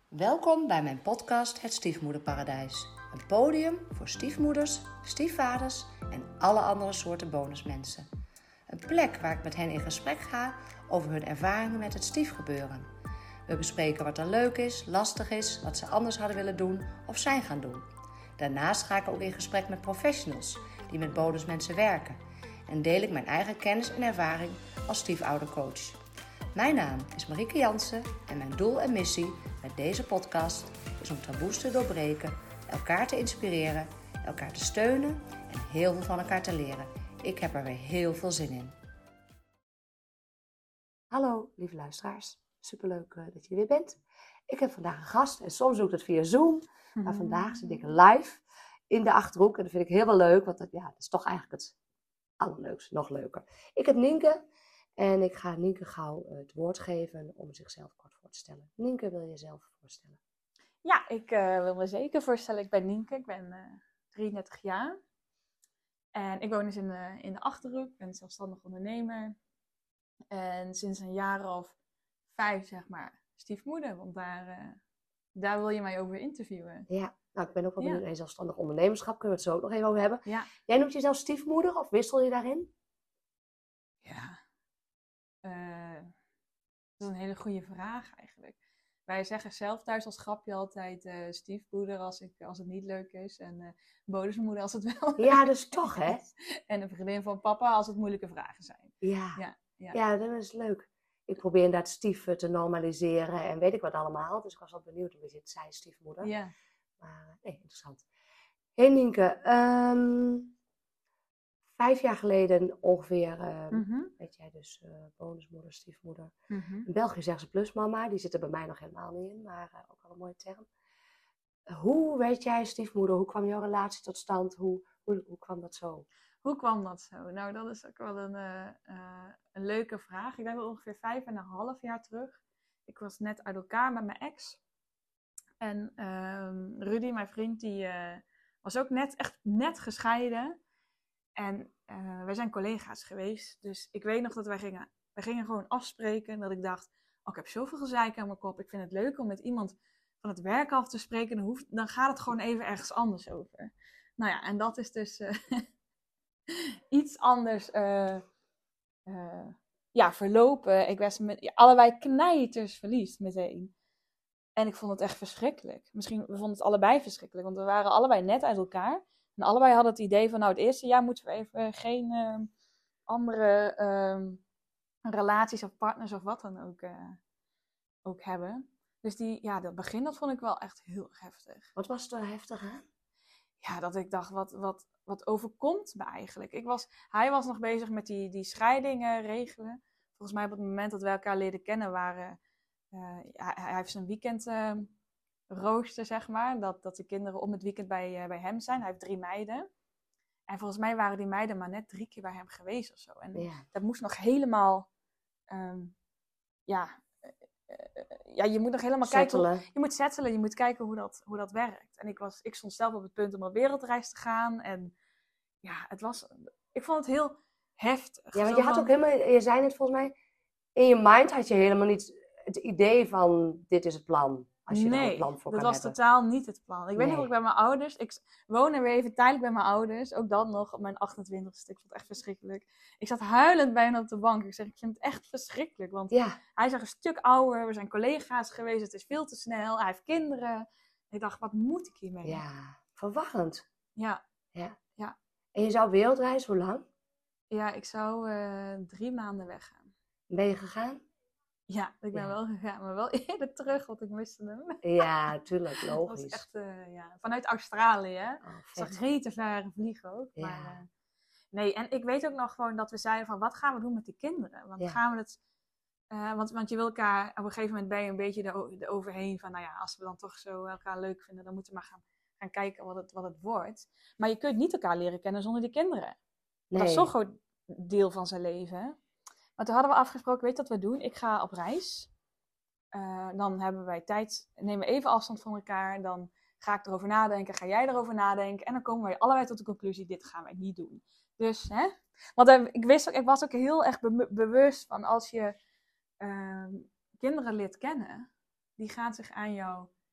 Welkom bij mijn podcast Het Stiefmoederparadijs. Een podium voor stiefmoeders, stiefvaders en alle andere soorten bonusmensen. Een plek waar ik met hen in gesprek ga over hun ervaringen met het stiefgebeuren. We bespreken wat er leuk is, lastig is, wat ze anders hadden willen doen of zijn gaan doen. Daarnaast ga ik ook in gesprek met professionals die met bonusmensen werken. En deel ik mijn eigen kennis en ervaring als stiefoudercoach. Mijn naam is Marieke Jansen en mijn doel en missie met deze podcast is om taboes te doorbreken, elkaar te inspireren, elkaar te steunen en heel veel van elkaar te leren. Ik heb er weer heel veel zin in. Hallo lieve luisteraars, superleuk dat je er weer bent. Ik heb vandaag een gast en soms doe ik dat via Zoom, maar vandaag zit ik live in de Achterhoek en dat vind ik heel wel leuk, want dat is toch eigenlijk het allerleukste, nog leuker. Ik heb Nienke. En ik ga Nienke gauw het woord geven om zichzelf kort voor te stellen. Nienke, wil je jezelf voorstellen? Ja, ik wil me zeker voorstellen. Ik ben Nienke, ik ben 33 jaar. En ik woon dus in de Achterhoek, ik ben zelfstandig ondernemer. En sinds een jaar of 5, zeg maar, stiefmoeder. Want daar wil je mij over interviewen. Ja, nou ik ben ook wel benieuwd naar zelfstandig ondernemerschap. Kunnen we het zo ook nog even over hebben. Ja. Jij noemt jezelf stiefmoeder of wissel je daarin? Ja. Dat is een hele goede vraag eigenlijk. Wij zeggen zelf thuis als grapje altijd stiefmoeder als het niet leuk is. En bonusmoeder als het wel Ja, dus toch hè? En een vriendin van papa als het moeilijke vragen zijn. Ja, dat is leuk. Ik probeer inderdaad stieven te normaliseren en weet ik wat allemaal. Dus ik was wel benieuwd hoe zit zij stiefmoeder. Ja. Maar nee, interessant. Hey Nienke, 5 jaar geleden ongeveer werd jij dus bonusmoeder, stiefmoeder. In België zeggen ze plusmama, die zit er bij mij nog helemaal niet in, maar ook wel een mooie term. Hoe werd jij stiefmoeder? Hoe kwam jouw relatie tot stand? Hoe kwam dat zo? Hoe kwam dat zo? Nou, dat is ook wel een leuke vraag. Ik denk dat ongeveer 5,5 jaar terug. Ik was net uit elkaar met mijn ex. En Rudy, mijn vriend, die was ook echt net gescheiden. En wij zijn collega's geweest. Dus ik weet nog dat wij gingen gewoon afspreken. Dat ik dacht, ik heb zoveel gezeik aan mijn kop. Ik vind het leuk om met iemand van het werk af te spreken. Dan gaat het gewoon even ergens anders over. Nou ja, en dat is dus iets anders verlopen. Ik was allebei knijters verliefd meteen. En ik vond het echt verschrikkelijk. We vonden het allebei verschrikkelijk. Want we waren allebei net uit elkaar. En allebei hadden het idee van, het eerste jaar moeten we even geen andere relaties of partners of wat dan ook hebben. Dus dat begin, dat vond ik wel echt heel heftig. Wat was er heftig aan? Ja, dat ik dacht, wat overkomt me eigenlijk? Hij was nog bezig met die scheidingen regelen. Volgens mij op het moment dat we elkaar leren kennen waren... hij heeft zijn weekendrooster, zeg maar. Dat de kinderen om het weekend bij hem zijn. Hij heeft 3 meiden. En volgens mij waren die meiden maar net 3 keer bij hem geweest of zo. En dat moest nog helemaal... je moet nog helemaal kijken. Je moet settelen, je moet kijken hoe dat werkt. En ik stond zelf op het punt om op wereldreis te gaan. En ja, ik vond het heel heftig. Ja, want je had ook helemaal, je zei het volgens mij, in je mind had je helemaal niet het idee van dit is het plan. Als je er een plan voor kan dat was totaal niet het plan. Ik weet nog dat ik bij mijn ouders, ik woonde weer even tijdelijk bij mijn ouders, ook dan nog op mijn 28ste. Ik vond het echt verschrikkelijk. Ik zat huilend bijna op de bank. Ik zeg, ik vind het echt verschrikkelijk, want hij is een stuk ouder, we zijn collega's geweest, het is veel te snel, hij heeft kinderen. Ik dacht, wat moet ik hiermee? Ja, verwarrend. Ja. En je zou wereldreizen, hoe lang? Ja, ik zou 3 maanden weggaan. Ben je gegaan? Ja, ik ben wel gegaan, maar wel eerder terug, want ik miste hem. Ja, tuurlijk, logisch. Dat was echt, vanuit Australië, hè. Het zag rete ver vliegen ook. Ja. Maar, nee, en ik weet ook nog gewoon dat we zeiden van, wat gaan we doen met die kinderen? Want gaan we het... want je wil elkaar, op een gegeven moment ben je een beetje eroverheen van, als we dan toch zo elkaar leuk vinden, dan moeten we maar gaan kijken wat het wordt. Maar je kunt niet elkaar leren kennen zonder die kinderen. Nee. Dat is zo'n groot deel van zijn leven. Maar toen hadden we afgesproken, weet je wat we doen? Ik ga op reis. Dan hebben wij tijd, nemen we even afstand van elkaar. Dan ga ik erover nadenken, ga jij erover nadenken. En dan komen wij allebei tot de conclusie, dit gaan wij niet doen. Dus, hè? Want ik was ook heel erg bewust van als je kinderen leert kennen, die gaan zich aan jou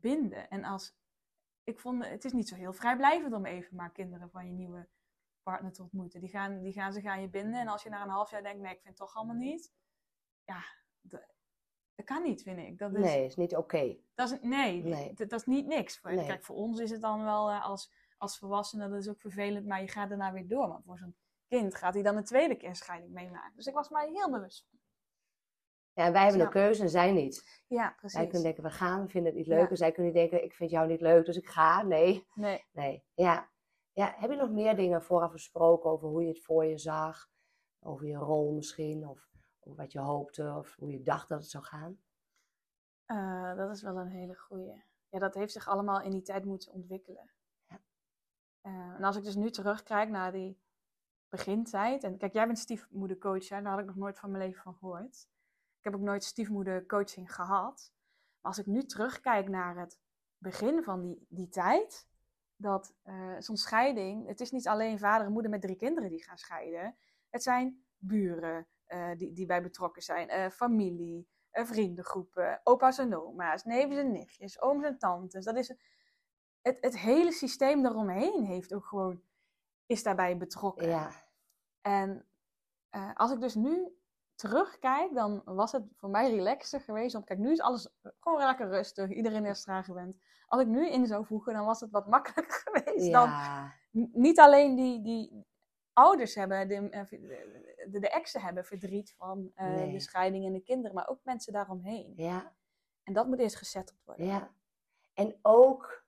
binden. En het is niet zo heel vrijblijvend om even maar kinderen van je nieuwe partner te ontmoeten. Die gaan zich aan je binden. En als je na een half jaar denkt, nee, ik vind het toch allemaal niet. Ja, dat kan niet, vind ik. Nee, is niet oké. Dat is niet niks. Nee. Kijk, voor ons is het dan wel als volwassene, dat is ook vervelend, maar je gaat daarna weer door. Maar voor zo'n kind gaat hij dan een tweede keer een scheiding meemaken. Dus ik was mij heel bewust van. Ja, en wij hebben een keuze en zij niet. Ja, precies. Wij kunnen denken, we gaan, we vinden het niet leuk. En zij kunnen denken, ik vind jou niet leuk, dus ik ga. Nee. Ja. Heb je nog meer dingen vooraf besproken over hoe je het voor je zag? Over je rol misschien? Of wat je hoopte? Of hoe je dacht dat het zou gaan? Dat is wel een hele goeie. Ja, dat heeft zich allemaal in die tijd moeten ontwikkelen. Ja. En als ik dus nu terugkijk naar die begintijd. En kijk, jij bent stiefmoedercoach, hè? Daar had ik nog nooit van mijn leven van gehoord. Ik heb ook nooit stiefmoedercoaching gehad. Maar als ik nu terugkijk naar het begin van die tijd. Dat zo'n scheiding, het is niet alleen vader en moeder met 3 kinderen die gaan scheiden. Het zijn buren die bij betrokken zijn. Familie, vriendengroepen, opa's en oma's, neefjes en nichtjes, ooms en tantes. Dat is het hele systeem daaromheen heeft ook gewoon, is daarbij betrokken. Ja. En als ik dus nu terugkijk, dan was het voor mij relaxter geweest. Want kijk, nu is alles gewoon lekker rustig. Iedereen is eraan gewend. Als ik nu in zou voegen, dan was het wat makkelijker geweest. Dan niet alleen die ouders hebben, de exen hebben verdriet van de scheiding en de kinderen, maar ook mensen daaromheen. Ja. En dat moet eerst gesetteld worden. Ja. En ook,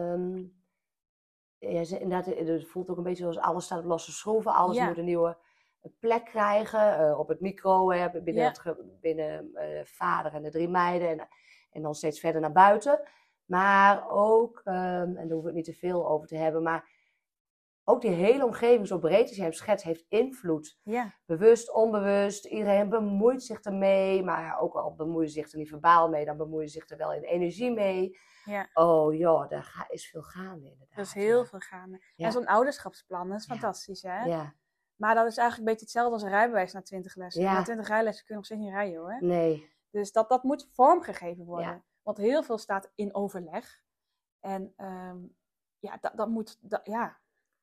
inderdaad, het voelt ook een beetje zoals alles staat op losse schroeven. Alles moet een nieuwe plek krijgen op het micro, binnen vader en de 3 meiden en dan steeds verder naar buiten. Maar ook, en daar hoeven we het niet te veel over te hebben, maar ook die hele omgeving zo breed als jij hem schetst, heeft invloed. Ja. Bewust, onbewust, iedereen bemoeit zich ermee, maar ook al bemoeien ze zich er niet verbaal mee, dan bemoeien ze zich er wel in energie mee. Ja. Oh joh, daar is veel gaande inderdaad. Er is heel veel gaande. Ja. En zo'n ouderschapsplan, dat is fantastisch, hè? Ja. Maar dat is eigenlijk een beetje hetzelfde als een rijbewijs na 20 lessen. Ja. Na 20 rijlessen kun je nog steeds niet rijden, hoor. Nee. Dus dat moet vormgegeven worden. Ja. Want heel veel staat in overleg. En dat moet, ja,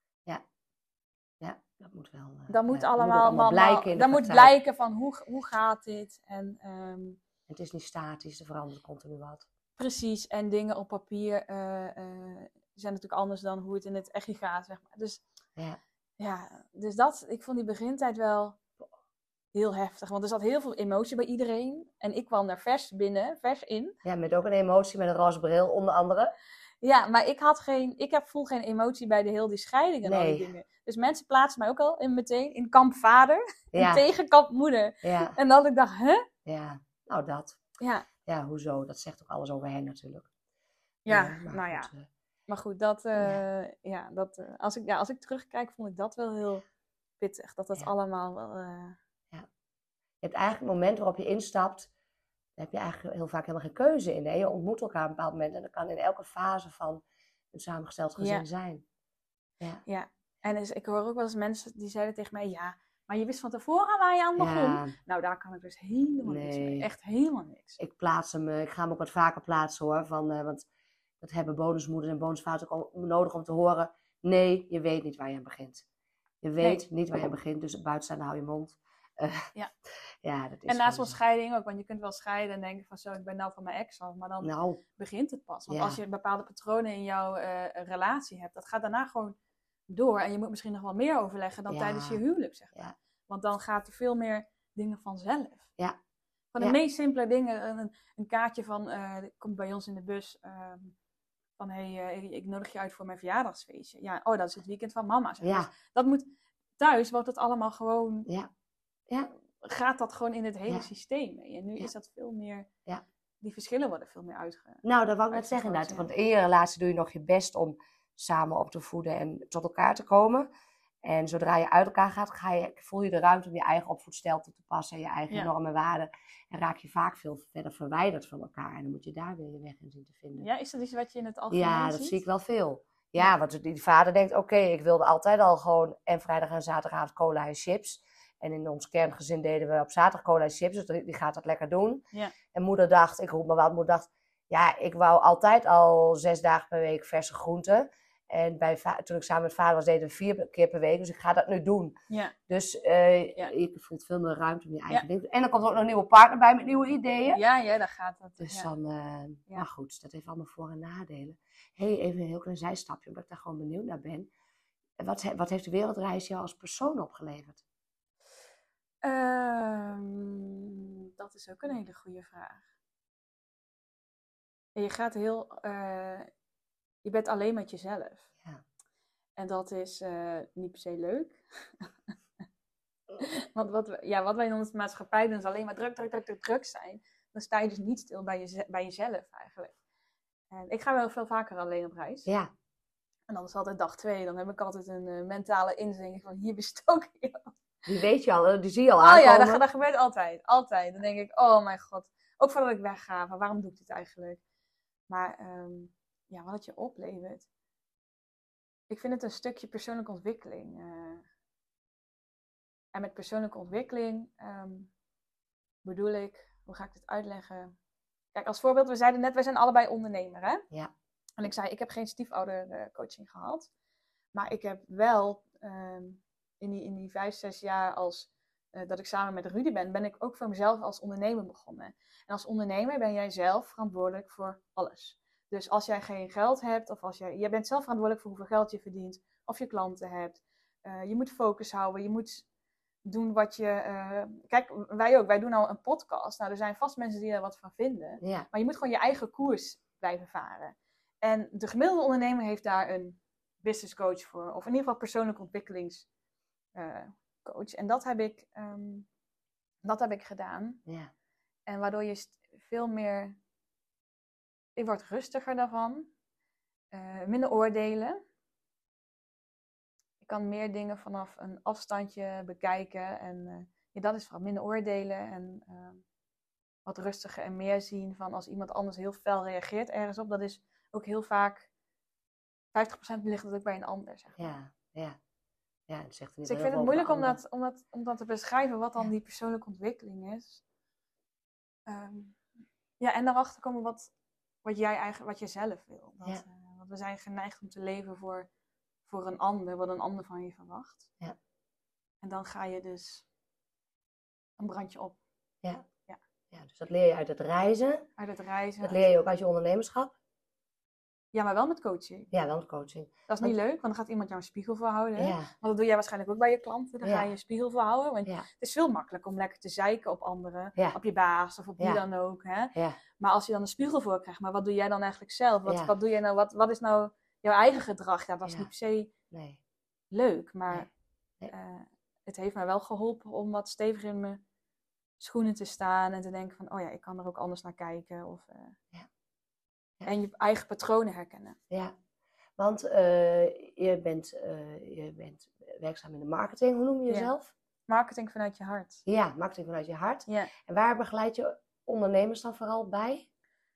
dat moet wel. Dat moet allemaal blijken. Dat moet blijken van hoe gaat dit. En, het is niet statisch, er verandert continu wat. Precies, en dingen op papier zijn natuurlijk anders dan hoe het in het echt gaat, zeg maar. Dus dus ik vond die begintijd wel heel heftig. Want er zat heel veel emotie bij iedereen. En ik kwam daar vers in. Ja, met ook een emotie, met een roze bril onder andere. Ja, maar ik voel geen emotie bij die scheiding en al die dingen. Dus mensen plaatsen mij ook al meteen in kamp vader en tegen kamp moeder. Ja. En dan ik dacht, huh? Ja, nou dat. Ja. Ja, hoezo? Dat zegt ook alles over hen natuurlijk. Maar goed, als ik terugkijk, vond ik dat wel heel pittig. Dat allemaal wel... Je hebt eigenlijk het moment waarop je instapt, daar heb je eigenlijk heel vaak helemaal geen keuze in. Hè? Je ontmoet elkaar op een bepaald moment en dat kan in elke fase van een samengesteld gezin zijn. Ja. En ik hoor ook wel eens mensen die zeiden tegen mij, maar je wist van tevoren waar je aan begon. Ja. Nou, daar kan ik dus helemaal niks mee. Echt helemaal niks. Ik ga hem ook wat vaker plaatsen hoor. Want dat hebben bonusmoeders en bonusvaders ook nodig om te horen. Nee, je weet niet waar je aan begint. Je weet niet waar je aan begint, dus buitenstaande hou je mond. Dat is en na zo'n scheiding ook, want je kunt wel scheiden en denken van zo, ik ben nou van mijn ex af, maar dan begint het pas. Want als je bepaalde patronen in jouw relatie hebt, dat gaat daarna gewoon door. En je moet misschien nog wel meer overleggen dan tijdens je huwelijk, zeg maar. Ja. Want dan gaat er veel meer dingen vanzelf. Ja. Van de meest simpele dingen, een kaartje van, komt bij ons in de bus, van ik nodig je uit voor mijn verjaardagsfeestje. Ja, dat is het weekend van mama. Zeg. Ja. Dus dat moet, thuis wordt het allemaal gewoon... Ja. Gaat dat gewoon in het hele systeem mee. En nu is dat veel meer... Ja. Die verschillen worden veel meer Nou, dat wou ik net zeggen inderdaad. Want in je relatie doe je nog je best om samen op te voeden en tot elkaar te komen. En zodra je uit elkaar gaat, voel je de ruimte om je eigen opvoedstijl toe te passen. En je eigen normen en waarden. En raak je vaak veel verder verwijderd van elkaar. En dan moet je daar weer je weg in zien te vinden. Ja, is dat iets wat je in het algemeen ziet? Ja, dat zie ik wel veel. Ja, want die vader denkt, oké, ik wilde altijd al gewoon en vrijdag en zaterdagavond cola en chips. En in ons kerngezin deden we op zaterdag cola en chips, dus die gaat dat lekker doen. Ja. En moeder dacht, ik roep maar wat, moeder dacht, Ja, ik wou altijd al 6 dagen per week verse groenten. En toen ik samen met vader was, deden we 4 keer per week. Dus ik ga dat nu doen. Ja. Dus Ja. je voelt veel meer ruimte om je eigen ding te doen. En dan komt er ook nog een nieuwe partner bij met nieuwe ideeën. Ja, daar gaat het. Dus Ja. dan, maar goed, dat heeft allemaal voor- en nadelen. Even een heel klein zijstapje, omdat ik daar gewoon benieuwd naar ben. Wat heeft de wereldreis jou als persoon opgeleverd? Dat is ook een hele goede vraag. Je gaat je bent alleen met jezelf. Ja. En dat is niet per se leuk. Want wat wij in onze maatschappij doen is alleen maar druk zijn. Dan sta je dus niet stil bij jezelf eigenlijk. En ik ga wel veel vaker alleen op reis. Ja. En dan is altijd dag 2. Dan heb ik altijd een mentale inzinking van hier bestoken je. Die weet je al, die zie je al aankomen. Oh ja, dat gebeurt altijd. Altijd. Dan denk ik, oh mijn god. Ook voordat ik wegga, van waarom doe ik dit eigenlijk? Maar wat het je oplevert. Ik vind het een stukje persoonlijke ontwikkeling. En met persoonlijke ontwikkeling bedoel ik, hoe ga ik dit uitleggen? Kijk, als voorbeeld, we zeiden net, wij zijn allebei ondernemer, hè? Ja. En ik zei, ik heb geen stiefoudercoaching gehad. Maar ik heb wel in die 5-6 jaar dat ik samen met Rudy ben ik ook voor mezelf als ondernemer begonnen. En als ondernemer ben jij zelf verantwoordelijk voor alles. Dus als jij geen geld hebt, of jij bent zelf verantwoordelijk voor hoeveel geld je verdient, of je klanten hebt. Je moet focus houden, je moet doen wat je... kijk, wij ook, wij doen al een podcast. Nou, er zijn vast mensen die er wat van vinden. Ja. Maar je moet gewoon je eigen koers blijven varen. En de gemiddelde ondernemer heeft daar een business coach voor. Of in ieder geval persoonlijke ontwikkelingscoach. En dat heb ik gedaan. Ja. En waardoor je veel meer... Ik word rustiger daarvan. Minder oordelen. Ik kan meer dingen vanaf een afstandje bekijken. En dat is vooral minder oordelen. En wat rustiger en meer zien van als iemand anders heel fel reageert ergens op. Dat is ook heel vaak... 50% ligt het ook bij een ander, zeg maar. Ja. Ja, dat zegt dus ik vind het moeilijk om dat te beschrijven wat dan die persoonlijke ontwikkeling is. En daarachter komen wat je zelf wil. Want we zijn geneigd om te leven voor een ander, wat een ander van je verwacht. Ja. En dan ga je dus een brandje op. Ja, dus dat leer je uit het reizen. Dat leer je ook uit je ondernemerschap. Ja, maar wel met coaching. Ja, wel met coaching. Dat is niet leuk, want dan gaat iemand jou een spiegel voorhouden. Ja. Want dat doe jij waarschijnlijk ook bij je klanten. Dan ga je een spiegel voorhouden. Want het is veel makkelijker om lekker te zeiken op anderen. Ja. Op je baas of op wie dan ook. Hè? Ja. Maar als je dan een spiegel voor krijgt, maar wat doe jij dan eigenlijk zelf? Wat doe jij nou? Wat is nou jouw eigen gedrag? Ja, dat is niet per se leuk. Maar het heeft mij wel geholpen om wat steviger in mijn schoenen te staan. En te denken van, oh ja, ik kan er ook anders naar kijken. Of, En je eigen patronen herkennen. Ja, want je bent werkzaam in de marketing. Hoe noem je jezelf? Marketing vanuit je hart. Ja, marketing vanuit je hart. Ja. En waar begeleid je ondernemers dan vooral bij?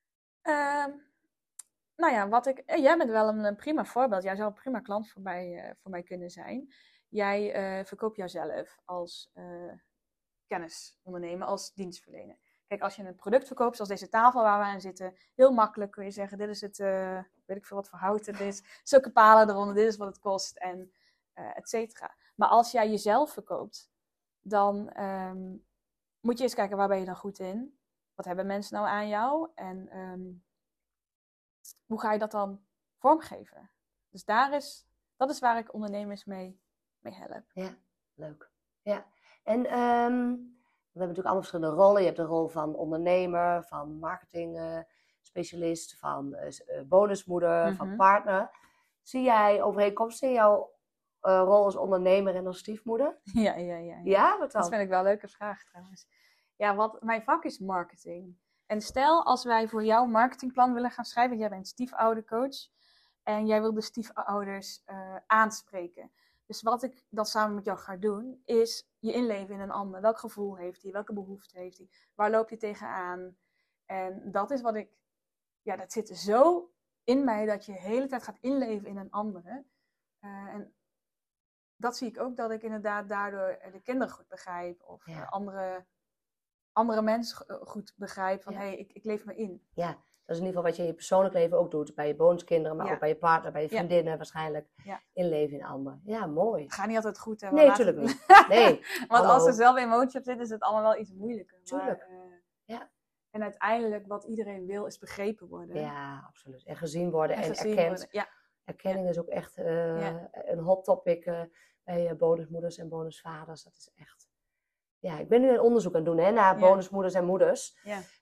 Jij bent wel een prima voorbeeld. Jij zou een prima klant voor mij kunnen zijn. Jij verkoopt jouzelf als kennisondernemer, als dienstverlener. Kijk, als je een product verkoopt, zoals deze tafel waar we aan zitten, heel makkelijk kun je zeggen, dit is het, weet ik veel wat voor hout het is, zulke palen eronder, dit is wat het kost, en et cetera. Maar als jij jezelf verkoopt, dan moet je eens kijken, waar ben je dan goed in? Wat hebben mensen nou aan jou? En hoe ga je dat dan vormgeven? Dus dat is waar ik ondernemers mee help. Ja, leuk. Ja, en... we hebben natuurlijk allemaal verschillende rollen. Je hebt de rol van ondernemer, van marketing-specialist, van bonusmoeder, van partner. Zie jij overeenkomsten in jouw rol als ondernemer en als stiefmoeder? Ja. Ja, wat dan? Dat vind ik wel een leuke vraag trouwens. Ja, mijn vak is marketing. En stel, als wij voor jou een marketingplan willen gaan schrijven, jij bent stiefoudercoach en jij wil de stiefouders aanspreken. Dus wat ik dan samen met jou ga doen, is je inleven in een ander. Welk gevoel heeft hij? Welke behoefte heeft hij? Waar loop je tegenaan? En dat is wat dat zit zo in mij dat je de hele tijd gaat inleven in een andere. En dat zie ik ook, dat ik inderdaad daardoor de kinderen goed begrijp. Of andere mensen goed begrijp van, ik leef me in. Ja, Dat is in ieder geval wat je in je persoonlijk leven ook doet. Bij je bonuskinderen, maar ook bij je partner, bij je vriendinnen waarschijnlijk. Ja. Inleven in anderen. Ja, mooi. Het gaat niet altijd goed, hè? Nee, natuurlijk niet. Nee. Want als er zelf emotie op zit, is het allemaal wel iets moeilijker. Tuurlijk. Ja. En uiteindelijk, wat iedereen wil, is begrepen worden. Ja, absoluut. En gezien worden en gezien erkend. Worden. Ja. Erkenning is ook echt een hot topic bij bonusmoeders en bonusvaders. Dat is echt... Ja, ik ben nu een onderzoek aan het doen naar bonusmoeders en moeders.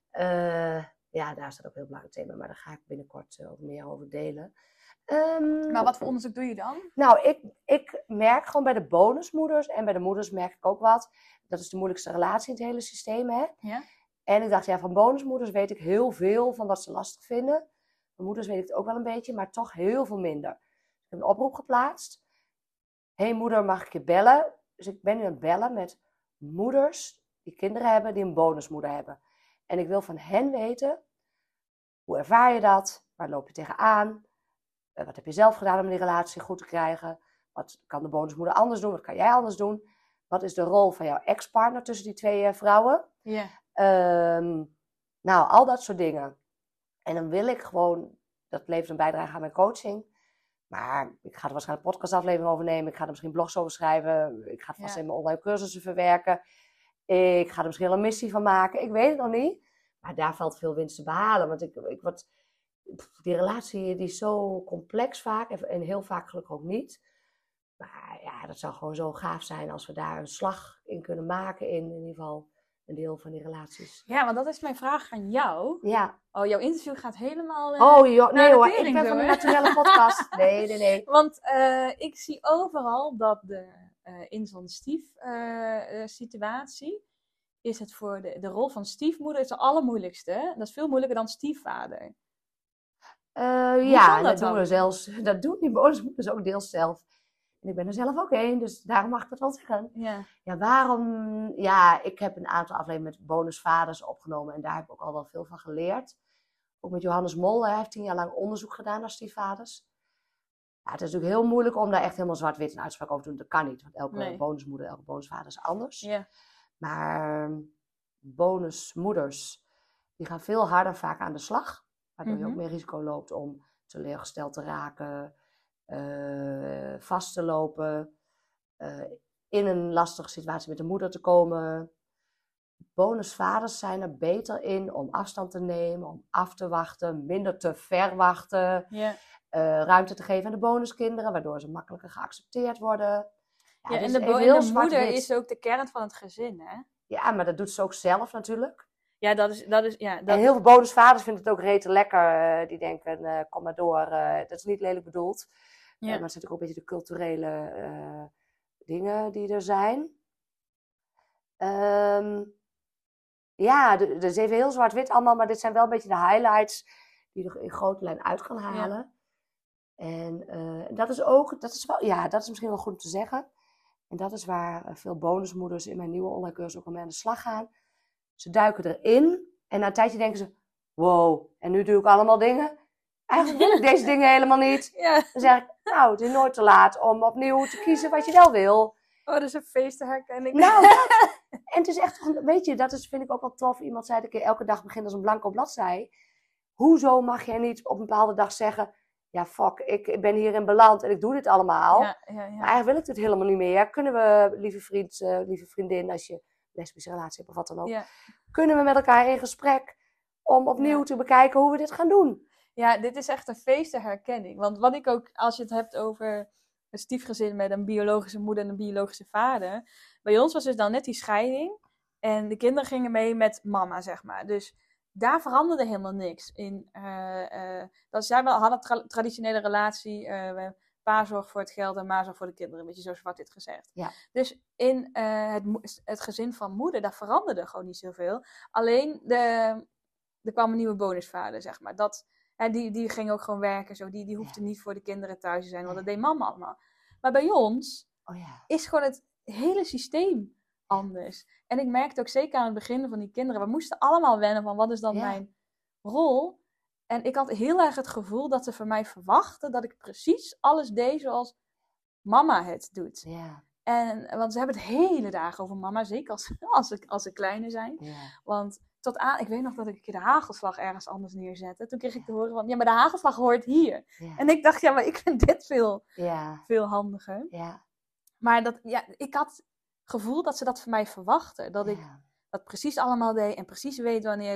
Ja, daar staat ook een heel belangrijk thema, maar daar ga ik binnenkort ook meer over delen. Maar wat voor onderzoek doe je dan? Nou, ik merk gewoon bij de bonusmoeders en bij de moeders merk ik ook wat. Dat is de moeilijkste relatie in het hele systeem, hè? Ja. En ik dacht, van bonusmoeders weet ik heel veel van wat ze lastig vinden. Van moeders weet ik het ook wel een beetje, maar toch heel veel minder. Ik heb een oproep geplaatst. Hey moeder, mag ik je bellen? Dus ik ben nu aan het bellen met moeders die kinderen hebben, die een bonusmoeder hebben. En ik wil van hen weten, hoe ervaar je dat? Waar loop je tegenaan? Wat heb je zelf gedaan om die relatie goed te krijgen? Wat kan de bonusmoeder anders doen? Wat kan jij anders doen? Wat is de rol van jouw ex-partner tussen die twee vrouwen? Ja. Nou, al dat soort dingen. En dan wil ik gewoon, dat levert een bijdrage aan mijn coaching. Maar ik ga er waarschijnlijk een podcastaflevering over nemen. Ik ga er misschien blogs over schrijven. Ik ga het vast in mijn online cursussen verwerken. Ik ga er misschien wel een missie van maken. Ik weet het nog niet. Maar daar valt veel winst te behalen. Want die relatie die is zo complex vaak. En heel vaak gelukkig ook niet. Maar ja, dat zou gewoon zo gaaf zijn als we daar een slag in kunnen maken. In ieder geval een deel van die relaties. Ja, want dat is mijn vraag aan jou. Ja. Oh, jouw interview gaat helemaal nee hoor, ik ben van de naturelle podcast. Nee. Want ik zie overal dat in zo'n stief-situatie is het voor de rol van stiefmoeder het allermoeilijkste. Dat is veel moeilijker dan stiefvader. Dat doen die bonusmoeders ook deels zelf. En ik ben er zelf ook één, dus daarom mag ik dat wel zeggen. Ja, waarom? Ja, ik heb een aantal afleveringen met bonusvaders opgenomen en daar heb ik ook al wel veel van geleerd. Ook met Johannes Mol, hij heeft 10 jaar lang onderzoek gedaan naar stiefvaders. Ja, het is natuurlijk heel moeilijk om daar echt helemaal zwart-wit een uitspraak over te doen. Dat kan niet, want elke bonusmoeder, elke bonusvader is anders. Ja. Maar bonusmoeders, die gaan veel harder vaak aan de slag. Waardoor je ook meer risico loopt om teleurgesteld te raken, vast te lopen, in een lastige situatie met de moeder te komen. Bonusvaders zijn er beter in om afstand te nemen, om af te wachten, minder te verwachten, ruimte te geven aan de bonuskinderen, waardoor ze makkelijker geaccepteerd worden. Ja, en de moeder is ook de kern van het gezin, hè? Ja, maar dat doet ze ook zelf natuurlijk. Ja, dat is. En heel veel bonusvaders vinden het ook rete lekker. Die denken, kom maar door. Dat is niet lelijk bedoeld. Maar het zijn natuurlijk ook een beetje de culturele dingen die er zijn. Het is even heel zwart-wit allemaal. Maar dit zijn wel een beetje de highlights die je in grote lijn uit kan halen. Ja. En dat is misschien wel goed om te zeggen. En dat is waar veel bonusmoeders in mijn nieuwe online cursus ook al mee aan de slag gaan. Ze duiken erin en na een tijdje denken ze, wow, en nu doe ik allemaal dingen. Eigenlijk wil ik deze dingen helemaal niet. Ja. Dan zeg ik, nou, het is nooit te laat om opnieuw te kiezen wat je wel wil. Oh, dat is een feestenherkenning. Nou, en het is echt, weet je, vind ik ook wel tof. Iemand zei dat ik elke dag begin als een blanco bladzij. Hoezo mag je niet op een bepaalde dag zeggen, ja, fuck, ik ben hierin beland en ik doe dit allemaal. Ja. Maar eigenlijk wil ik dit helemaal niet meer. Kunnen we, lieve vriend, lieve vriendin, als je lesbische relatie hebt of wat dan ook. Kunnen we met elkaar in gesprek om opnieuw te bekijken hoe we dit gaan doen. Ja, dit is echt een feestenherkenning. Want wat ik ook, als je het hebt over een stiefgezin met een biologische moeder en een biologische vader. Bij ons was dus dan net die scheiding. En de kinderen gingen mee met mama, zeg maar. Dus daar veranderde helemaal niks in. Zij hadden een traditionele relatie. Pa zorgt voor het geld en ma zorgt voor de kinderen. Een beetje zo zwart-wit gezegd. Ja. Dus in het gezin van moeder, daar veranderde gewoon niet zoveel. Alleen, er kwam een nieuwe bonusvader, zeg maar. Die ging ook gewoon werken. Zo. Die hoefde niet voor de kinderen thuis te zijn. Want dat deed mama allemaal. Maar bij ons is gewoon het hele systeem anders. En ik merkte ook zeker aan het begin van die kinderen. We moesten allemaal wennen van wat is dan mijn rol. En ik had heel erg het gevoel dat ze van mij verwachten dat ik precies alles deed zoals mama het doet. Ja. Want ze hebben het hele dagen over mama, zeker als ze kleine zijn. Ja. Want ik weet nog dat ik een keer de hagelslag ergens anders neerzette. Toen kreeg ik te horen van, ja, maar de hagelslag hoort hier. Ja. En ik dacht, ja, maar ik vind dit Ja. veel handiger. Ja. Maar ik had het gevoel dat ze dat van mij verwachten. Dat ik dat precies allemaal deed en precies weet wanneer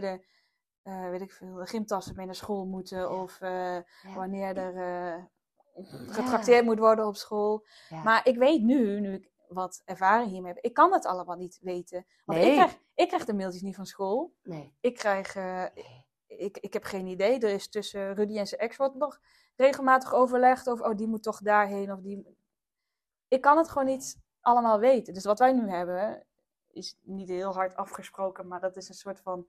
de gymtassen mee naar school moeten. Ja. Of wanneer er getrakteerd moet worden op school. Ja. Maar ik weet nu ik wat ervaring hiermee heb, ik kan het allemaal niet weten. Want ik krijg de mailtjes niet van school. Nee. Ik heb geen idee. Er is tussen Rudy en zijn ex wordt nog regelmatig overlegd over, die moet toch daarheen of die. Ik kan het gewoon niet allemaal weten. Dus wat wij nu hebben is niet heel hard afgesproken, maar dat is een soort van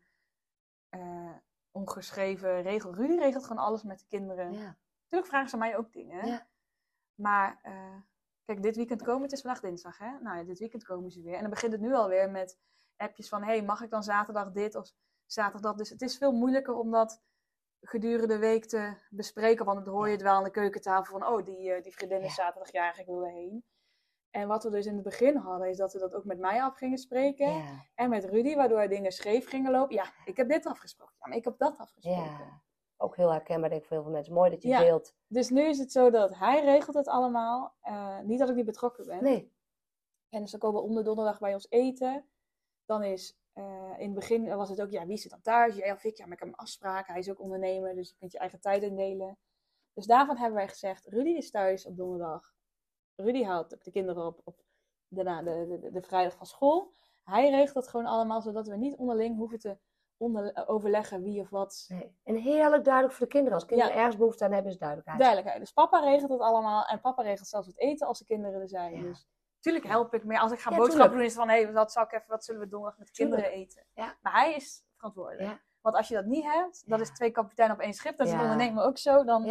ongeschreven regel. Rudy regelt gewoon alles met de kinderen. Ja. Natuurlijk vragen ze mij ook dingen. Ja. Maar kijk, dit weekend komen, het is vandaag dinsdag, hè? Nou ja, dit weekend komen ze weer. En dan begint het nu alweer met appjes van, hey, mag ik dan zaterdag dit of zaterdag dat? Dus het is veel moeilijker om dat gedurende de week te bespreken. Want dan hoor je het wel aan de keukentafel van, die vriendin is zaterdagjarig, ik wil erheen. En wat we dus in het begin hadden, is dat we dat ook met mij af gingen spreken. Ja. En met Rudy, waardoor dingen scheef gingen lopen. Ja, ik heb dit afgesproken. Ja, maar ik heb dat afgesproken. Ja. Ook heel herkenbaar, denk ik, voor heel veel mensen. Mooi dat je deelt. Dus nu is het zo dat hij regelt het allemaal. Niet dat ik niet betrokken ben. Nee. En dus dan komen we om de donderdag bij ons eten. Dan is, in het begin was het ook, wie zit dan thuis? Jij of ik? Ja, maar ik heb een afspraak. Hij is ook ondernemer, dus je kunt je eigen tijd indelen. Dus daarvan hebben wij gezegd, Rudy is thuis op donderdag. Rudy haalt de kinderen op daarna de vrijdag van school. Hij regelt het gewoon allemaal, zodat we niet onderling hoeven te overleggen wie of wat. Nee. En heerlijk duidelijk voor de kinderen. Als kinderen ergens behoefte aan hebben, is duidelijkheid. Duidelijkheid. Dus papa regelt het allemaal. En papa regelt zelfs het eten als de kinderen er zijn. Ja. Dus natuurlijk help ik meer. Als ik ga boodschappen doen, is het van, wat zullen we donderdag met de kinderen eten? Ja. Maar hij is verantwoordelijk. Ja. Want als je dat niet hebt, dat is 2 kapiteinen op 1 schip. Dat is een ondernemer ook zo. Dan